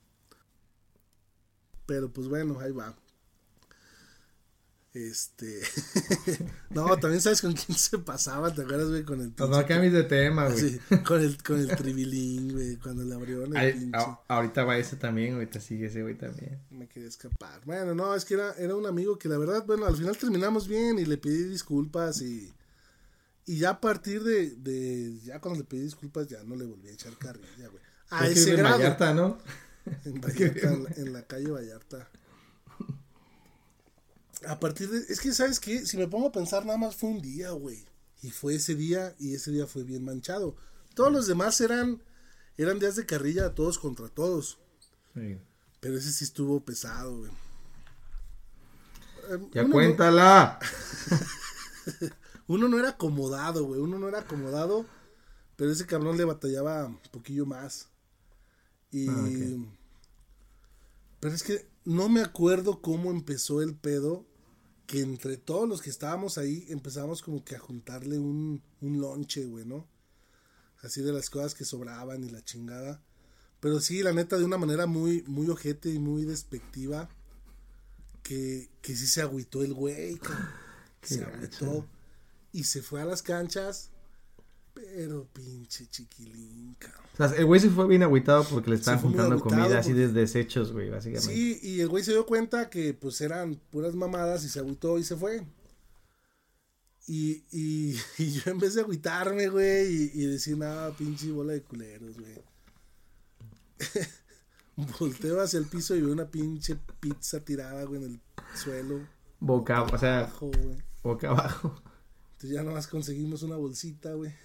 pero pues bueno, ahí va. Este, no, también sabes con quién se pasaba, ¿te acuerdas, güey? Con el pinche. No cambies de tema, güey. Sí, con el, con el tribilín, güey, cuando le abrieron el Ay, pinche. A, ahorita va ese también, ahorita sigue ese güey también. Me quería escapar. Bueno, no, es que era, era un amigo que la verdad, bueno, al final terminamos bien y le pedí disculpas y, y ya a partir de, de, ya cuando le pedí disculpas ya no le volví a echar carrilla, güey. A ese en grado. Vallarta, ¿no? En Vallarta, en la, en la calle Vallarta. A partir de... Es que, ¿sabes qué? Si me pongo a pensar, nada más fue un día, güey. Y fue ese día, y ese día fue bien manchado. Todos los demás eran... Eran días de carrilla, todos contra todos. Sí. Pero ese sí estuvo pesado, güey. Ya uno cuéntala. No... uno no era acomodado, güey. Uno no era acomodado. Pero ese cabrón le batallaba un poquillo más. Y... Ah, okay. Pero es que no me acuerdo cómo empezó el pedo, que entre todos los que estábamos ahí empezamos como que a juntarle un, un lonche, güey, ¿no? Así de las cosas que sobraban y la chingada. Pero sí, la neta, de una manera muy, muy ojete y muy despectiva, que, que sí se agüitó el güey, cabrón. Se agüitó y se fue a las canchas. Pero pinche chiquilín, cabrón. O sea, el güey se fue bien agüitado porque le estaban juntando comida así de desechos, güey, básicamente. Sí, y el güey se dio cuenta que pues eran puras mamadas y se agüitó y se fue. Y, y, y yo en vez de agüitarme, güey, y, y decir, nada, pinche bola de culeros, güey. Volteo hacia el piso y veo una pinche pizza tirada, güey, en el suelo. Boca, boca o sea, abajo, güey. Boca abajo. Entonces ya nomás conseguimos una bolsita, güey.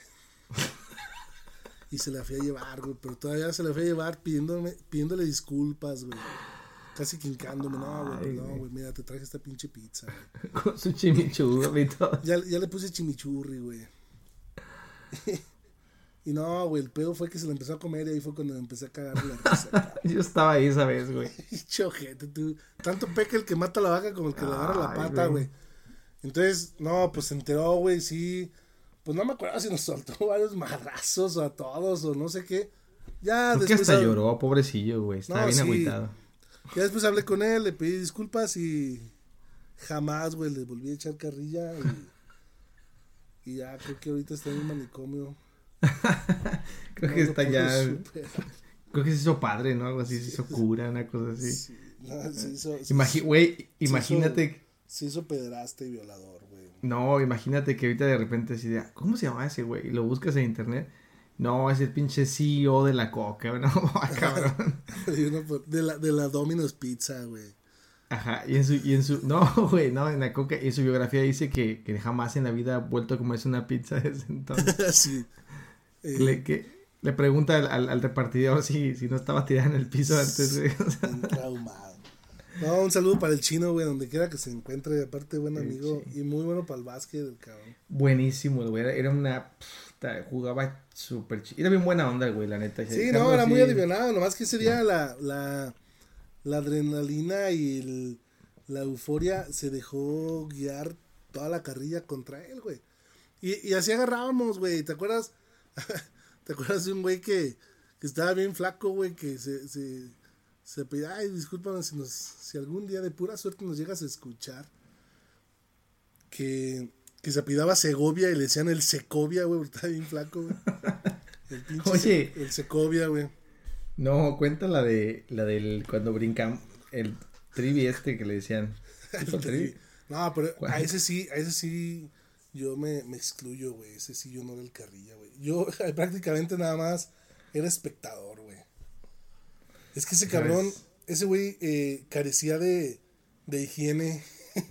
Y se la fui a llevar, güey. Pero todavía se la fui a llevar pidiéndome, pidiéndole disculpas, güey. Casi quincándome. No, güey, perdón, güey. Mira, te traje esta pinche pizza, güey. Con su chimichurri y todo. Ya, ya le puse chimichurri, güey. Y no, güey, el pedo fue que se la empezó a comer y ahí fue cuando me empecé a cagar la risa. Yo estaba ahí esa vez, güey. Chojete, tú. Tanto peca el que mata la vaca como el que le agarra la pata, güey. Entonces, no, pues se enteró, güey, sí. Pues no me acuerdo si nos soltó varios madrazos a todos o no sé qué. Ya Creo que después. hasta hab- lloró, pobrecillo, güey. Estaba No, bien sí. agüitado. Ya después hablé con él, le pedí disculpas y jamás, güey, le volví a echar carrilla y, y ya creo que ahorita está en un manicomio. Creo No que lo está puedo ya. superar. Creo que se hizo padre, ¿no? Algo así, se hizo cura, una cosa así. Sí, no, se hizo, se Imagi- hizo- Güey, se imagínate. hizo- Se hizo pederasta y violador, güey. No, imagínate que ahorita de repente así de, ¿cómo se llama ese güey? Y lo buscas en internet. No, es el pinche C E O de la Coca, no, cabrón. Y uno por- De la, de la Domino's Pizza, güey. Ajá, y en su, y en su, no, güey, no, en la Coca, y en su biografía dice que, que jamás en la vida ha vuelto a comerse una pizza desde entonces. Sí. Eh, Le, que, le pregunta al, al, al repartidor si, si no estaba tirada en el piso antes, güey. O sea, bien traumado. No, un saludo para el chino, güey, donde quiera que se encuentre. Aparte, buen El amigo chino. y muy bueno para el básquet, el cabrón. buenísimo, güey, era, era una, puta, jugaba súper chido, era bien buena onda, güey, la neta. Sí, Algo no, era así- muy alivianado. Nomás que ese día la, la, la adrenalina y el- la euforia se dejó guiar toda la carrilla contra él, güey. Y, y así agarrábamos, güey. ¿Te acuerdas? ¿Te acuerdas de un güey que, que estaba bien flaco, güey? Que se, se, se pedía, ay, discúlpame si, nos, si algún día de pura suerte nos llegas a escuchar. Que, que se apellidaba Segovia y le decían el Secovia, güey, porque estaba bien flaco, güey. El pinche Oye. Se- el Secovia, güey. No, cuenta la de, la del, cuando brincan, el trivi este que le decían. ¿Tipo el trivi? No, pero ¿Cuál? a ese sí, a ese sí yo me, me excluyo, güey. Ese sí yo no era el carrilla, güey. Yo prácticamente nada más era espectador, güey. Es que ese cabrón, ¿Sabes? ese güey eh, carecía de, de higiene.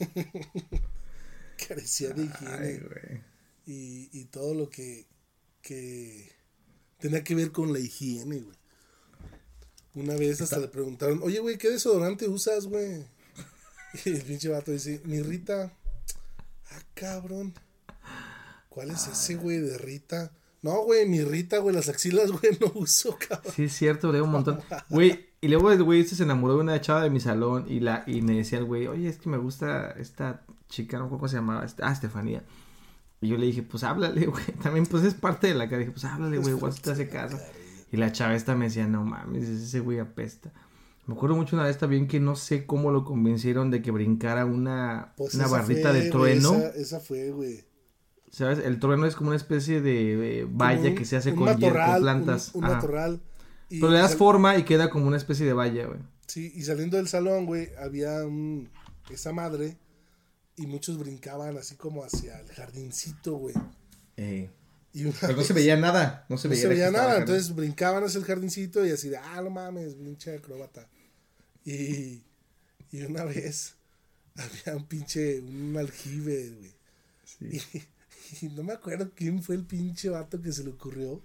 Carecía de higiene. Ay, güey. y, y todo lo que, que tenía que ver con la higiene, güey. Una vez hasta Está- le preguntaron, oye, güey, ¿qué desodorante usas, güey? Y el pinche vato dice, mi Rita. Ah, cabrón. ¿Cuál es ese, güey, de Rita? No, güey, mi Rita, güey, las axilas, güey, no uso, cabrón. Sí, es cierto, le un montón. Güey, y luego el güey este se enamoró de una chava de mi salón y la y me decía el güey, oye, es que me gusta esta chica, no me acuerdo cómo se llamaba, este- ah, Estefanía. Y yo le dije, pues háblale, güey. También, pues es parte de la cara. Dije, pues háblale, güey, igual si te hace caso. Y la chava esta me decía, no mames, ese güey apesta. Me acuerdo mucho una vez también que no sé cómo lo convencieron de que brincara una, Pues una esa barrita fue, de güey, trueno. Esa, esa fue, güey. ¿Sabes? El trueno es como una especie de eh, valla Como un- que se hace un con, hiel- matorral, con plantas. Un, un Ajá. matorral. Y Pero le das sal- forma y queda como una especie de valla, güey. Sí, y saliendo del salón, güey, había un, esa madre y muchos brincaban así como hacia el jardincito, güey. Eh, Y una pero no se vez- veía nada. No se no veía, se de veía que estaba nada, el jardín. entonces brincaban hacia el jardincito y así de, ah, no mames, pinche acróbata. Y, y una vez había un pinche, un aljibe, güey. Sí. Y, y no me acuerdo quién fue el pinche vato que se le ocurrió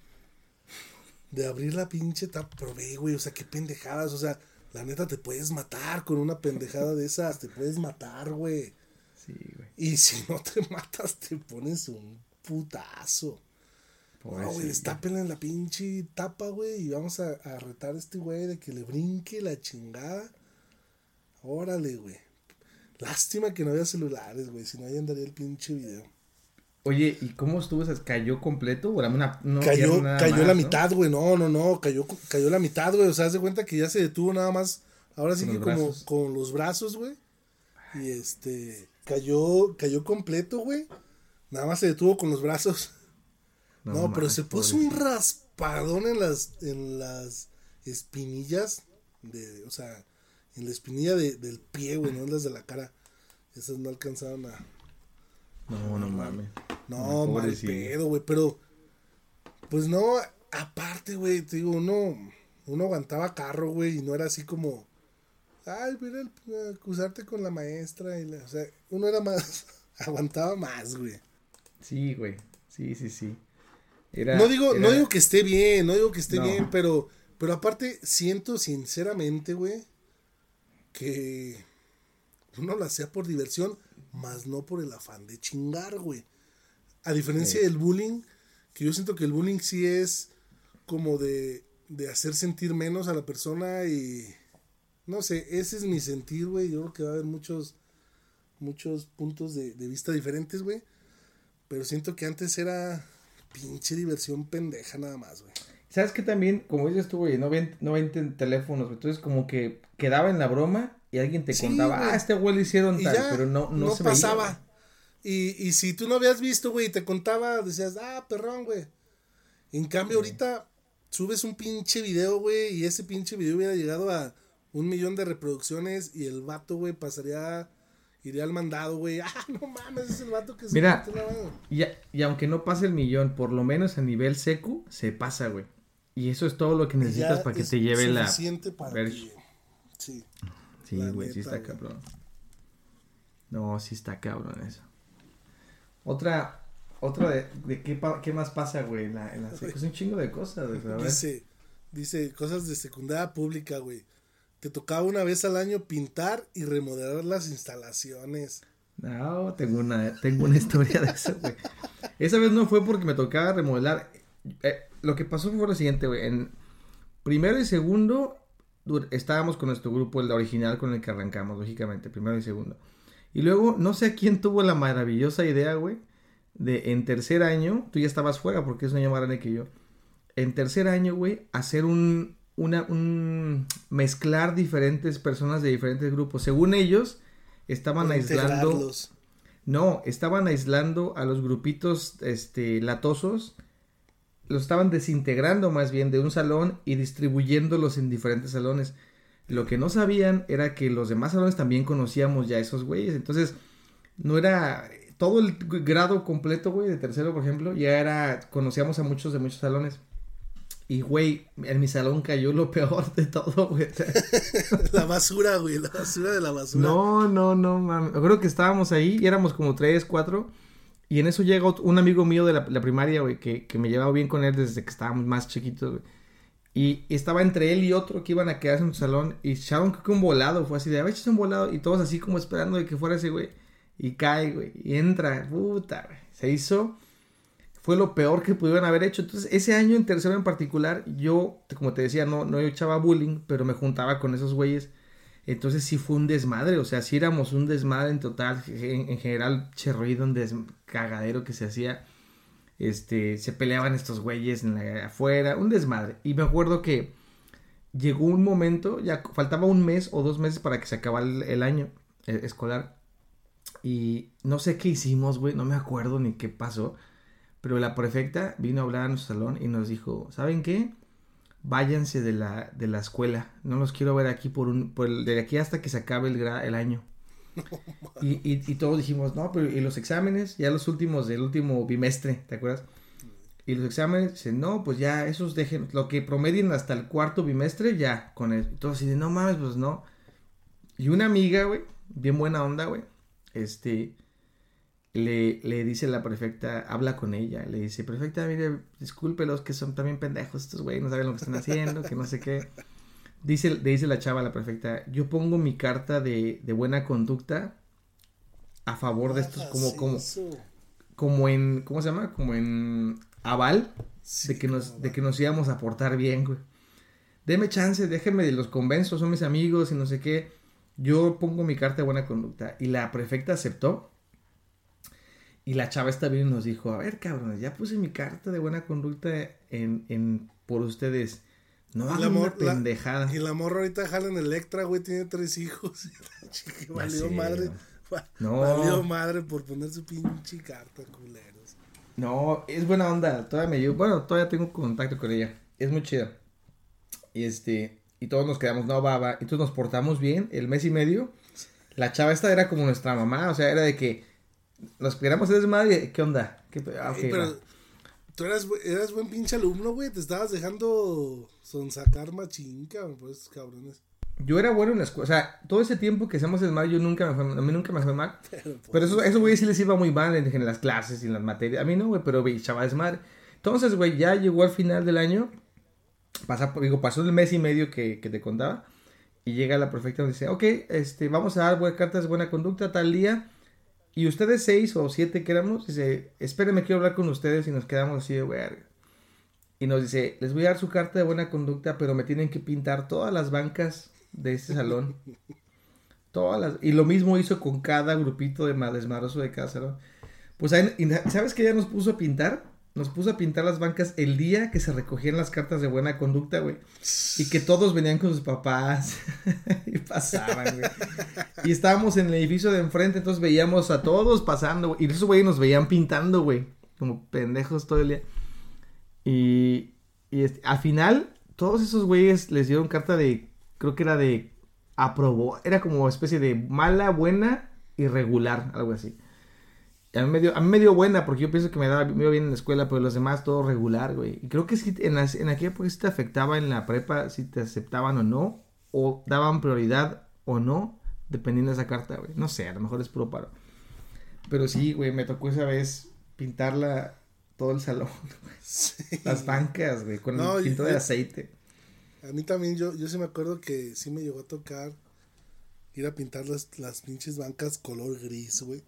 de abrir la pinche tapa. Pero ve, güey, o sea, qué pendejadas, o sea, la neta te puedes matar con una pendejada de esas, te puedes matar, güey. Sí, güey. Y si no te matas, te pones un putazo. No, güey, Pobrecillo. destápenle en la pinche tapa, güey, y vamos a, a retar a este güey de que le brinque la chingada. Órale, güey. Lástima que no había celulares, güey, si no ahí andaría el pinche video. Oye, ¿y cómo estuvo? esa- ¿Cayó completo? ¿O era una, no cayó era nada cayó más, la ¿no? mitad, güey, no, no, no, cayó, cayó la mitad, güey, o sea, haz de cuenta que ya se detuvo nada más, ahora sí Con que los como brazos. con los brazos, güey, y este, cayó, cayó completo, güey, nada más se detuvo con los brazos. No, pero mames, se puso un pobrecito. raspadón en las, en las espinillas, de, o sea, en la espinilla de, del pie, güey, no en las de la cara, esas no alcanzaron a... No, no mames. No, mal pobrecillo. pedo, güey, pero pues no, aparte, güey, te digo, uno, uno aguantaba carro, güey, y no era así como, ay, mira, el- acusarte con la maestra, y la- o sea, uno era más, aguantaba más, güey. Sí, güey. Sí, sí, sí. Era, No digo, era- no digo que esté bien, no digo que esté No. bien, pero, pero aparte siento sinceramente, güey, que uno lo hacía por diversión, más no por el afán de chingar, güey. A diferencia Sí. del bullying, que yo siento que el bullying sí es como de, de hacer sentir menos a la persona y no sé, ese es mi sentir, güey. Yo creo que va a haber muchos muchos puntos de, de vista diferentes, güey. Pero siento que antes era pinche diversión pendeja nada más, güey. ¿Sabes qué también? Como dices tú, güey, no ven, no ven teléfonos, güey. Entonces como que quedaba en la broma y alguien te sí, contaba, güey. Ah, este güey lo hicieron y tal, ya, pero no, no, no se pasaba. Veía, y, y si tú no habías visto, güey, y te contaba, decías, ah, perrón, güey. En cambio, sí. ahorita subes un pinche video, güey, y ese pinche video hubiera llegado a un millón de reproducciones y el vato, güey, pasaría, iría al mandado, güey. Ah, no mames, es el vato que se mira, y, y aunque no pase el millón, por lo menos a nivel secu, se pasa, güey. Y eso es todo lo que necesitas ya para que te lleve la... Para ver... que... Sí, sí güey, sí está cabrón. No, sí está cabrón eso. Otra... Otra de, de qué, pa, qué más pasa, güey, en la, en la secu. Es un chingo de cosas, güey. Dice, dice, cosas de secundaria pública, güey. Te tocaba una vez al año pintar y remodelar las instalaciones. No, tengo una, tengo una historia de eso, güey. Esa vez no fue porque me tocaba remodelar. Eh, lo que pasó fue lo siguiente, güey. En primero y segundo estábamos con nuestro grupo, el original con el que arrancamos, lógicamente, primero y segundo. Y luego, no sé a quién tuvo la maravillosa idea, güey, de en tercer año, tú ya estabas fuera porque es un año más grande que yo. En tercer año, güey, hacer un, una, un, mezclar diferentes personas de diferentes grupos. Según ellos, estaban Por aislando. No, estaban aislando a los grupitos, este, latosos. Los estaban desintegrando más bien de un salón y distribuyéndolos en diferentes salones. Lo que no sabían era que los demás salones también conocíamos ya a esos güeyes. Entonces, no era... Todo el grado completo, güey, de tercero, por ejemplo, ya era... Conocíamos a muchos de muchos salones. Y, güey, en mi salón cayó lo peor de todo, güey. La basura, güey, la basura de la basura. No, no, no, mami. Creo que estábamos ahí y éramos como tres, cuatro... Y en eso llega un amigo mío de la, la primaria, güey, que, que me llevaba bien con él desde que estábamos más chiquitos, güey. Y, y estaba entre él y otro que iban a quedarse en su salón. Y echaron creo que un volado, fue así de, a ver, un volado. Y todos así como esperando de que fuera ese, güey. Y cae, güey. Y entra, puta, güey. Se hizo, fue lo peor que pudieron haber hecho. Entonces, ese año en tercero en particular, yo, como te decía, no, no echaba bullying, pero me juntaba con esos güeyes. Entonces sí fue un desmadre, o sea, sí éramos un desmadre en total, en, en general, cherruido, un des, cagadero que se hacía, este, se peleaban estos güeyes en la, afuera, un desmadre, y me acuerdo que llegó un momento, ya faltaba un mes o dos meses para que se acabara el, el año eh, escolar, y no sé qué hicimos, güey, no me acuerdo ni qué pasó, pero la prefecta vino a hablar a nuestro salón y nos dijo, ¿saben qué? Váyanse de la, de la escuela, no los quiero ver aquí por un, por el, de aquí hasta que se acabe el, gra, el año. No, y, y, y todos dijimos, no, pero y los exámenes, ya los últimos del último bimestre, ¿te acuerdas? Y los exámenes, dicen, no, pues ya, esos dejen, lo que promedien hasta el cuarto bimestre, ya, con eso. Y todos así de, no mames, pues no. Y una amiga, güey, bien buena onda, güey, este... Le, le dice la prefecta, habla con ella, le dice, prefecta, mire, discúlpelos que son también pendejos estos güeyes, no saben lo que están haciendo, que no sé qué. Dice, le dice la chava a la prefecta, yo pongo mi carta de, de buena conducta a favor de estos, como, como, como en, ¿cómo se llama? Como en aval, sí, de que nos, de que nos íbamos a portar bien, güey. Deme chance, déjenme, los convenzo, son mis amigos y no sé qué. Yo pongo mi carta de buena conducta. Y la prefecta aceptó. Y la chava esta bien nos dijo, a ver, cabrones, ya puse mi carta de buena conducta en, en por ustedes. No hagan una pendejada. La, y la morra ahorita jala en Electra, güey, tiene tres hijos. Valió sé, madre. No. Valió madre por poner su pinche carta, culeros. No, es buena onda. Todavía me llevo, bueno, todavía tengo contacto con ella. Es muy chida. Y este, y todos nos quedamos, no, va, va. Entonces nos portamos bien el mes y medio. La chava esta era como nuestra mamá, o sea, era de que nos queríamos hacer desmadre. ¿Qué onda? ¿Qué, ah, okay, pero va. Tú eras, eras buen pinche alumno, güey. Te estabas dejando sonsacar machín, cabrón, por esos cabrones. Yo era bueno en la escuela. O sea, todo ese tiempo que hacemos desmadre, yo nunca me fue, a mí nunca me fue mal. Pero, pero eso, eso, güey, sí les iba muy mal en, en las clases y en las materias. A mí no, güey, pero, güey, chaval, desmadre. Entonces, güey, ya llegó al final del año. Pasa, digo, pasó el mes y medio que, que te contaba. Y llega la prefecta y dice, ok, este, vamos a dar buenas cartas de buena conducta tal día. Y ustedes seis o siete que éramos, dice, espérenme, quiero hablar con ustedes, y nos quedamos así de verga. Y nos dice, les voy a dar su carta de buena conducta, pero me tienen que pintar todas las bancas de este salón. Todas las... Y lo mismo hizo con cada grupito de desmadroso de casa, ¿no? Pues ahí, ¿sabes qué? Ya nos puso a pintar. Nos puso a pintar las bancas el día que se recogían las cartas de buena conducta, güey. Y que todos venían con sus papás. Y pasaban, güey. Y estábamos en el edificio de enfrente, entonces veíamos a todos pasando, güey. Y esos güeyes nos veían pintando, güey. Como pendejos todo el día. Y, y este, al final, todos esos güeyes les dieron carta de... Creo que era de... Aprobó. Era como especie de mala, buena y regular. Algo así. A mí, me dio, a mí me dio buena porque yo pienso que me, daba, me iba bien en la escuela, pero los demás todo regular, güey. Y creo que sí, en, las, en aquella época sí te afectaba en la prepa, si te aceptaban o no, o daban prioridad o no, dependiendo de esa carta, güey. No sé, a lo mejor es puro paro. Pero sí, güey, me tocó esa vez pintarla todo el salón, güey. Sí. Las bancas, güey, con no, el pinto yo, de aceite. A mí también, yo, yo sí me acuerdo que sí me llegó a tocar ir a pintar las, las pinches bancas color gris, güey.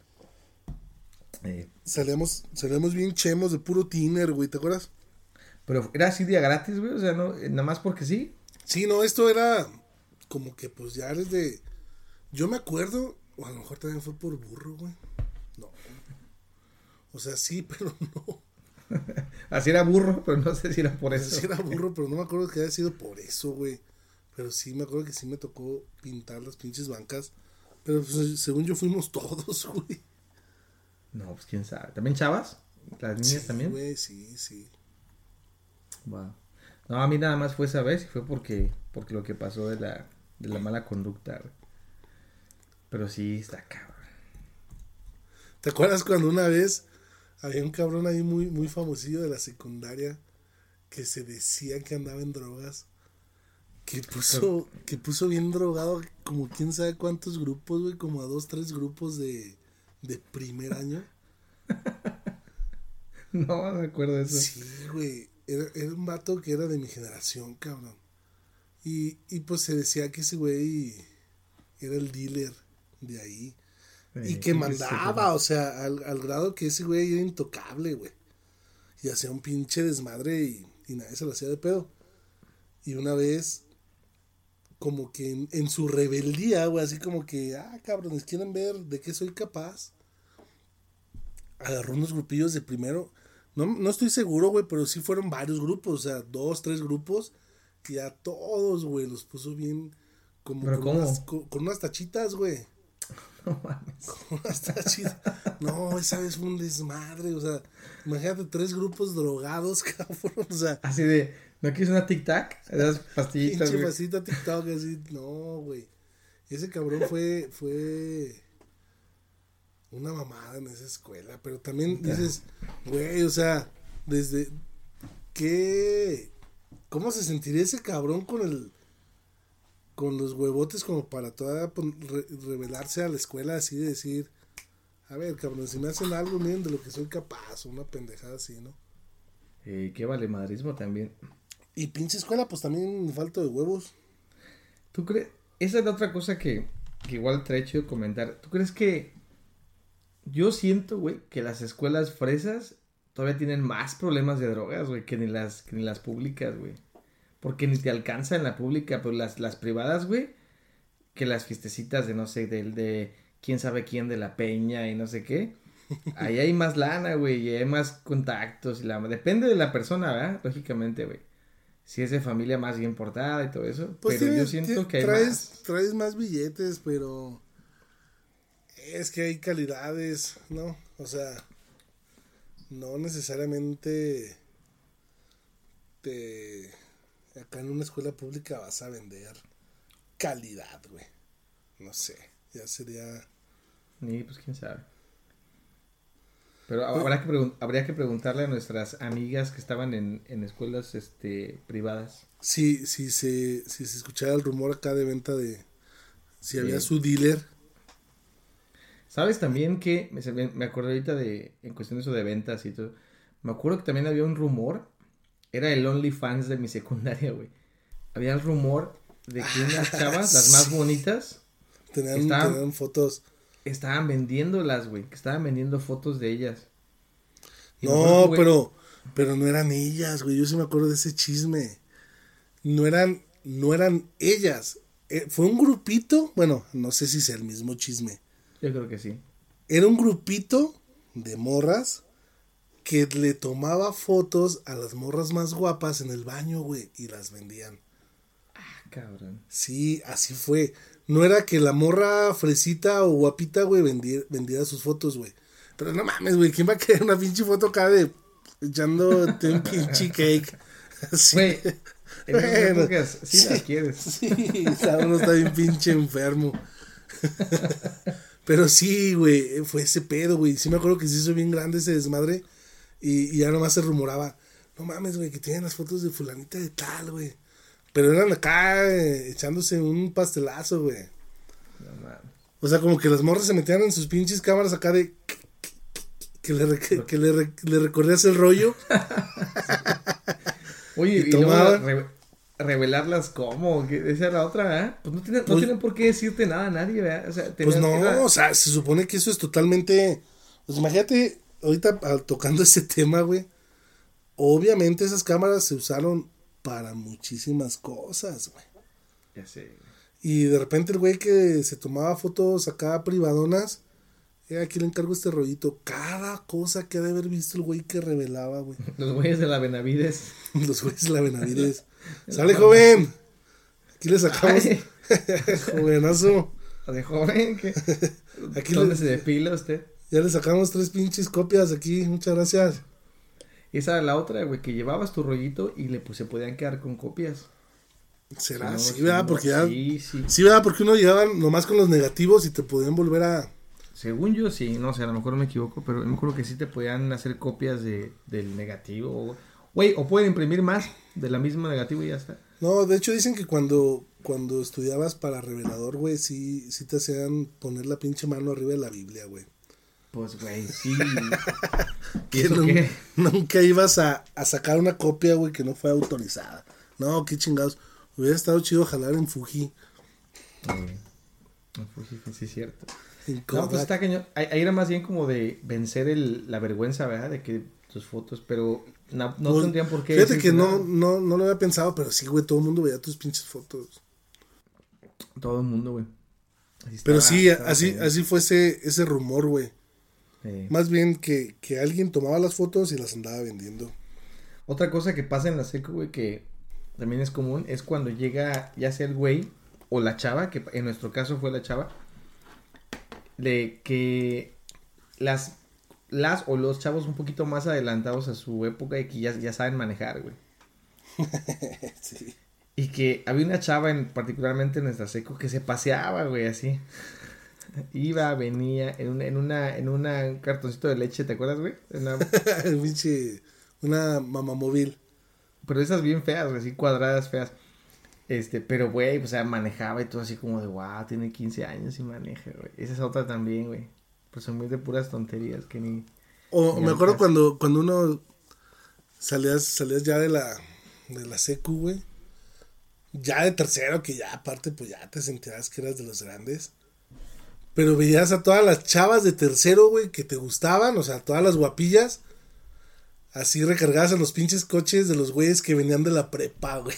Eh, salíamos, salíamos bien chemos de puro tiner, güey, ¿te acuerdas? Pero era así día gratis, güey, o sea, no, nada más porque sí. Sí, no, esto era como que pues ya eres de... Yo me acuerdo, o a lo mejor también fue por burro, güey. No. O sea, sí, pero no. Así era burro, pero no sé si era por eso. Así era burro, pero no me acuerdo que haya sido por eso, güey. Pero sí me acuerdo que sí me tocó pintar las pinches bancas. Pero pues, según yo fuimos todos, güey. No, pues quién sabe. ¿También chavas? ¿Las niñas sí, también? Güey, sí, sí. Wow. No, a mí nada más fue esa vez y fue porque, porque lo que pasó de la, de la mala conducta, güey. Pero sí, está cabrón. ¿Te acuerdas cuando una vez había un cabrón ahí muy, muy famosillo de la secundaria que se decía que andaba en drogas? Que puso, Pero... que puso bien drogado como quién sabe cuántos grupos, güey, como a dos, tres grupos de... de primer año. No, no me acuerdo de eso. Sí, güey. Era, era un vato que era de mi generación, cabrón. Y, y pues se decía que ese güey era el dealer de ahí. Sí, y que mandaba, o sea, al, al grado que ese güey era intocable, güey. Y hacía un pinche desmadre y, y nadie se lo hacía de pedo. Y una vez, como que en, en su rebeldía, güey, así como que, ah, cabrones, ¿quieren ver de qué soy capaz? Agarró unos grupillos de primero, no, no estoy seguro, güey, pero sí fueron varios grupos, o sea, dos, tres grupos, y a todos, güey, los puso bien, como con unas, con, con unas tachitas, güey. No mames. Con unas tachitas. No, esa vez fue un desmadre, o sea, imagínate tres grupos drogados, cabrón, o sea. Así de, ¿no quieres una tic-tac? Esas pastillitas, güey. Pasita tic-tac, así, no, güey. Ese cabrón fue, fue... una mamada en esa escuela, pero también dices, güey, o sea, desde qué, ¿cómo se sentiría ese cabrón con el, con los huevotes como para todavía re, revelarse a la escuela así de decir, a ver, cabrón, si me hacen algo, miren de lo que soy capaz, una pendejada así, ¿no? Eh, qué vale madrismo también. Y pinche escuela, pues también falta de huevos. ¿Tú crees? Esa es la otra cosa que, que igual te he hecho comentar. ¿Tú crees que yo siento, güey, que las escuelas fresas todavía tienen más problemas de drogas, güey, que ni las, que ni las públicas, güey? Porque ni te alcanza en la pública, pero las, las privadas, güey, que las fiestecitas de, no sé, del de quién sabe quién de la peña y no sé qué. Ahí hay más lana, güey, y hay más contactos. Y la, depende de la persona, ¿verdad? Lógicamente, güey. Si es de familia más bien portada y todo eso. Pues pero tienes, yo siento que hay traes, más. Traes más billetes, pero es que hay calidades, ¿no? O sea, no necesariamente te... acá en una escuela pública vas a vender calidad, güey. No sé, ya sería... Ni, pues quién sabe. Pero habrá que, pregun- habría que preguntarle a nuestras amigas que estaban en, en escuelas este privadas. Sí, sí se, si se escuchaba el rumor acá de venta de... Si sí. Había su dealer. ¿Sabes también que... Me, me acuerdo ahorita de... En cuestión de eso de ventas y todo. Me acuerdo que también había un rumor. Era el OnlyFans de mi secundaria, güey. Había el rumor de que unas chavas, las más bonitas... Tenían, estaban, tenían fotos... Estaban vendiéndolas, güey. Que estaban vendiendo fotos de ellas. Y no, acuerdo, pero... Pero no eran ellas, güey. Yo sí me acuerdo de ese chisme. No eran... No eran ellas. Eh, fue un grupito, bueno, no sé si sea el mismo chisme. Yo creo que sí. Era un grupito de morras que le tomaba fotos a las morras más guapas en el baño, güey, y las vendían. Ah, cabrón. Sí, así fue. No era que la morra fresita o guapita, güey, vendiera, vendiera sus fotos, güey. Pero no mames, güey, ¿quién va a querer una pinche foto acá de echándote un pinche cake? Así. Güey, en esas Bueno, épocas sí, sí, las quieres. Sí, uno está bien pinche enfermo. Pero sí, güey, fue ese pedo, güey. Sí me acuerdo que se hizo bien grande ese desmadre. Y, y ya nomás se rumoraba, no mames, güey, que tienen las fotos de fulanita de tal, güey. Pero eran acá eh, echándose un pastelazo, güey. No mames. O sea, como que las morras se metían en sus pinches cámaras acá de... Que le, re, que le, re, le recorrías el rollo. Oye, y, y tomaba... luego re, revelarlas como, que esa era la otra, ¿eh? Pues no tienen, no pues, tienen por qué decirte nada a nadie, ¿verdad? O sea, pues no, era... o sea, se supone que eso es totalmente... Pues imagínate, ahorita tocando ese tema, güey. Obviamente esas cámaras se usaron para muchísimas cosas, güey. Ya sé, güey. Y de repente el güey que se tomaba fotos acá privadonas, eh, aquí le encargo este rollito. Cada cosa que ha de haber visto el güey que revelaba, güey. Los güeyes de la Benavides. Los güeyes de la Benavides. ¡Sale, joven! Aquí le sacamos. Jovenazo. De joven, ¿qué? Aquí ¿Dónde le... se depila usted? Ya le sacamos tres pinches copias aquí. Muchas gracias. Esa era la otra, güey, que llevabas tu rollito y le pues se podían quedar con copias. ¿Será no, así, sí, verdad? no, Porque ya... Sí, sí. Sí, ¿verdad? Porque uno llegaba nomás con los negativos y te podían volver a... Según yo, sí. No sé, a lo mejor me equivoco, pero yo me acuerdo que sí te podían hacer copias de, del negativo. Güey, o pueden imprimir más de la misma negativo y ya está. No, de hecho dicen que cuando, cuando estudiabas para revelador, güey, sí, sí te hacían poner la pinche mano arriba de la Biblia, güey. Pues, güey, sí. ¿Y Que eso nun- qué? Nunca ibas a, a sacar una copia, güey, que no fue autorizada. No, qué chingados. Hubiera estado chido jalar en Fuji. Eh, no, pues sí, sí es cierto. En No, Kodak. pues está cañón. Ahí, ahí era más bien como de vencer el, la vergüenza, ¿verdad? De que tus fotos, pero no, no Pues, tendrían por qué Fíjate decirte que no, nada. no, no lo había pensado, pero sí, güey, todo el mundo veía tus pinches fotos. Todo el mundo, güey. Así Pero estaba- sí, estaba así, cañón. así fue ese, ese rumor, güey. Eh. Más bien que, que alguien tomaba las fotos y las andaba vendiendo. Otra cosa que pasa en la seco, güey, que también es común, es cuando llega ya sea el güey o la chava, que en nuestro caso fue la chava, de que las, las o los chavos un poquito más adelantados a su época y que ya, ya saben manejar, güey. Sí. Y que había una chava, en, particularmente en nuestra seco, que se paseaba, güey, así. Iba, venía, en una, en una, en una, un cartoncito de leche, ¿te acuerdas, güey? Una... Pinche, una mamamóvil. Pero esas bien feas, güey, así cuadradas feas. Este, pero, güey, o sea, manejaba y todo así como de, wow, tiene quince años y maneja, güey. Esa es otra también, güey. Presumir de puras tonterías que ni... O ni me acuerdo al caso. cuando, cuando uno salías, salías ya de la, de la secu, güey. Ya de tercero, que ya aparte, pues ya te sentías que eras de los grandes. Pero veías a todas las chavas de tercero, güey, que te gustaban, o sea, todas las guapillas. Así recargadas en los pinches coches de los güeyes que venían de la prepa, güey.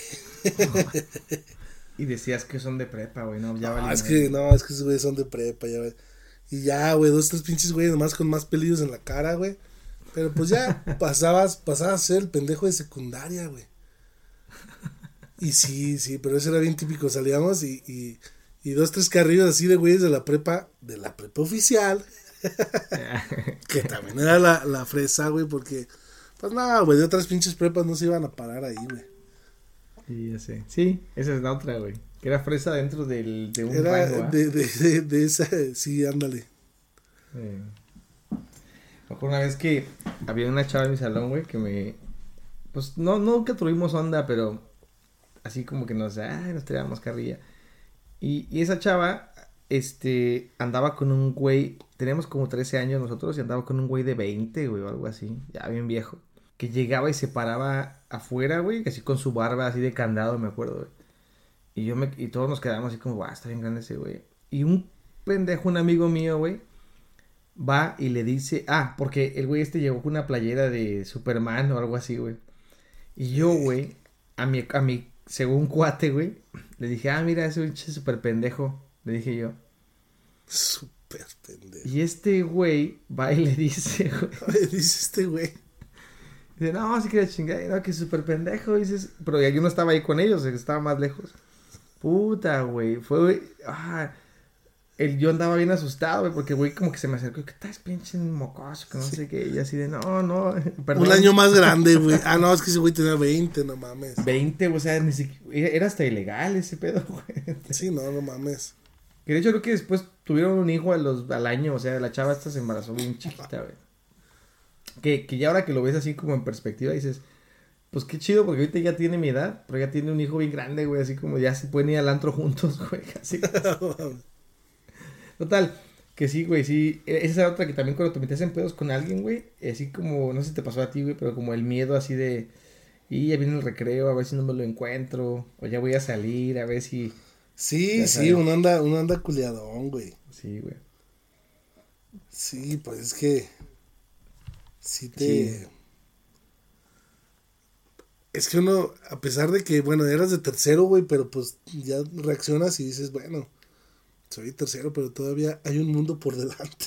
Y decías que son de prepa, güey, no, ya No, valió es madre. que, no, es que esos güeyes son de prepa, ya ves. Y ya, güey, dos, tres pinches güeyes nomás con más pelillos en la cara, güey. Pero pues ya pasabas, pasabas a ser el pendejo de secundaria, güey. Y sí, sí, pero eso era bien típico. Salíamos y, y, y dos, tres carrillos así de güeyes de la prepa, de la prepa oficial. Que también era la, la fresa, güey, porque, pues nada, güey, de otras pinches prepas no se iban a parar ahí, güey. Sí, ya sé. Sí, esa es la otra, güey. Que era fresa dentro del, de un Era baño, ¿ah? de, de, de, de esa, sí, ándale. Eh. Me acuerdo una vez que había una chava en mi salón, güey, que me... Pues no, nunca tuvimos onda, pero así como que nos, ay, nos tirábamos carrilla. Y, y esa chava, este, andaba con un güey, teníamos como trece años nosotros y andaba con un güey de veinte, güey, o algo así, ya bien viejo. Que llegaba y se paraba afuera, güey, así con su barba así de candado, me acuerdo, güey. Y yo me, y todos nos quedamos así como, guau, está bien grande ese güey. Y un pendejo, un amigo mío, güey, va y le dice, ah, porque el güey este llegó con una playera de Superman o algo así, güey. Y yo, güey, a mi, a mi, según cuate, güey, Le dije, ah, mira, ese pinche súper pendejo. Le dije yo. Súper pendejo. Y este güey va y le dice, güey. Le dice este güey. Dice, no, sí que la chingada, no, que súper pendejo. Dices, pero yo no estaba ahí con ellos, estaba más lejos. Puta, güey. Fue, güey. Ah, el, yo andaba bien asustado, güey, porque güey como que se me acercó. ¿Qué estás pinche mocoso? Que no sé qué. Y así de, no, no. Perdón. Un año más grande, güey. Ah, no, es que ese güey tenía veinte, no mames. veinte, o sea, ni siquiera. Era hasta ilegal ese pedo, güey. Sí, no, no mames. Que de hecho creo que después tuvieron un hijo a los, al año. O sea, la chava esta se embarazó bien chiquita, güey. Que, que ya ahora que lo ves así como en perspectiva dices, pues qué chido, porque ahorita ya tiene mi edad, pero ya tiene un hijo bien grande, güey, así como ya se pueden ir al antro juntos, güey, casi. Total, que sí, güey, sí, esa es otra que también cuando te metes en pedos con alguien, güey, así como, no sé si te pasó a ti, güey, pero como el miedo así de, y ya viene el recreo, a ver si no me lo encuentro, o ya voy a salir, a ver si... Sí, sí, uno anda, uno anda culiadón, güey. Sí, güey. Sí, pues es que... Sí te... Sí. Es que uno, a pesar de que, bueno, eras de tercero, güey, pero pues ya reaccionas y dices, bueno, soy tercero, pero todavía hay un mundo por delante.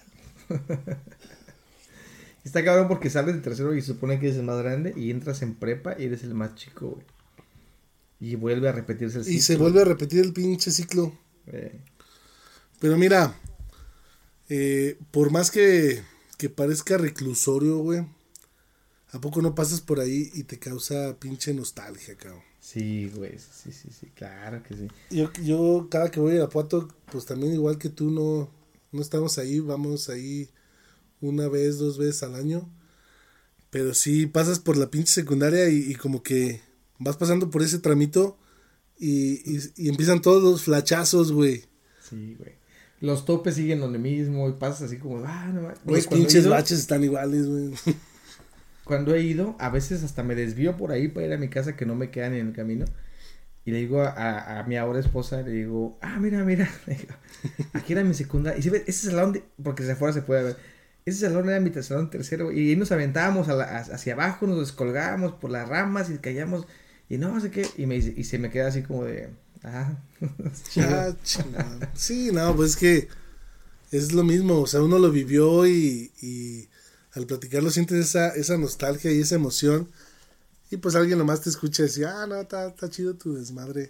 Está cabrón porque sales de tercero y se supone que eres el más grande y entras en prepa y eres el más chico, güey. Y vuelve a repetirse el ciclo. Y se vuelve a repetir el pinche ciclo. Eh. Pero mira, eh, por más que... que parezca reclusorio, güey, ¿a poco no pasas por ahí y te causa pinche nostalgia, cabrón? Sí, güey, sí, sí, sí, claro que sí. Yo, yo cada que voy a Irapuato, pues también igual que tú, no, no estamos ahí, vamos ahí una vez, dos veces al año, pero sí pasas por la pinche secundaria y, y como que vas pasando por ese tramito y, y, y empiezan todos los flachazos, güey. Sí, güey. Los topes siguen donde mismo y pasas así como, ah, no mames. Los pinches baches están iguales, güey. Cuando he ido, a veces hasta me desvío por ahí para ir a mi casa que no me quedan en el camino. Y le digo a, a, a mi ahora esposa, le digo, ah, mira, mira. Aquí era mi secundaria. Y si ves, ese salón, de, porque desde afuera se puede ver. Ese salón era mi salón tercero. Y ahí nos aventábamos a la, a, hacia abajo, nos descolgábamos por las ramas y caíamos. Y no sé qué. Y, me, y se me queda así como de... Ah, ah, sí, no, pues es que es lo mismo, o sea, uno lo vivió y, y al platicarlo sientes esa, esa nostalgia y esa emoción y pues alguien nomás te escucha decir, ah, no, está, está chido tu desmadre.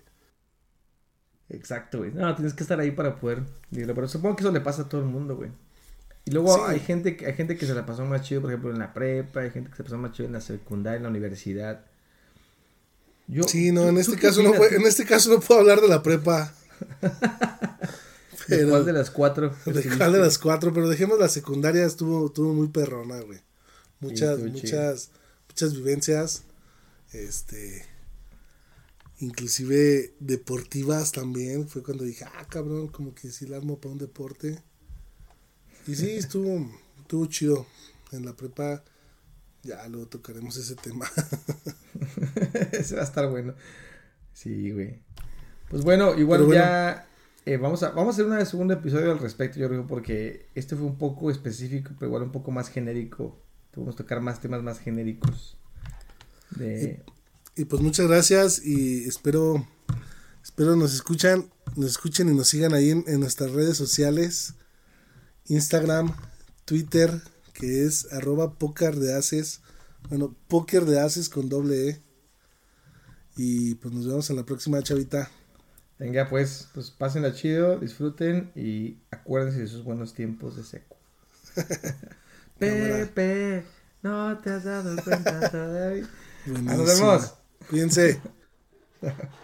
Exacto, güey, no, tienes que estar ahí para poder decirlo, pero supongo que eso le pasa a todo el mundo, güey. Y luego sí. hay gente hay gente que se la pasó más chido, por ejemplo, en la prepa, hay gente que se la pasó más chido en la secundaria, en la universidad. Yo, sí, no, en este caso no fue, en este caso no puedo hablar de la prepa. Pero, ¿de cuál de las cuatro? ¿De cuál de las cuatro? Pero dejemos la secundaria, estuvo, estuvo muy perrona, güey. Muchas, sí, muchas, chido. muchas vivencias, este, inclusive deportivas también. Fue cuando dije, ah, cabrón, como que sí la armo para un deporte. Y sí, estuvo, estuvo chido. En la prepa, ya luego tocaremos ese tema. Ese va a estar bueno. Sí, güey. Pues bueno, igual bueno, ya eh, vamos a vamos a hacer un segundo episodio al respecto, yo creo, porque este fue un poco específico, pero igual un poco más genérico. Tuvimos que tocar más temas más genéricos. De... Y, y pues muchas gracias y espero espero nos escuchan, nos escuchen y nos sigan ahí en, en nuestras redes sociales, Instagram, Twitter, que es arroba póker de haces. Bueno, póker de haces con doble E. Y pues nos vemos en la próxima, chavita. Venga, pues, pues pásenla chido, disfruten y acuérdense de esos buenos tiempos de seco. Pepe, no te has dado cuenta todavía. Nos vemos. Cuídense.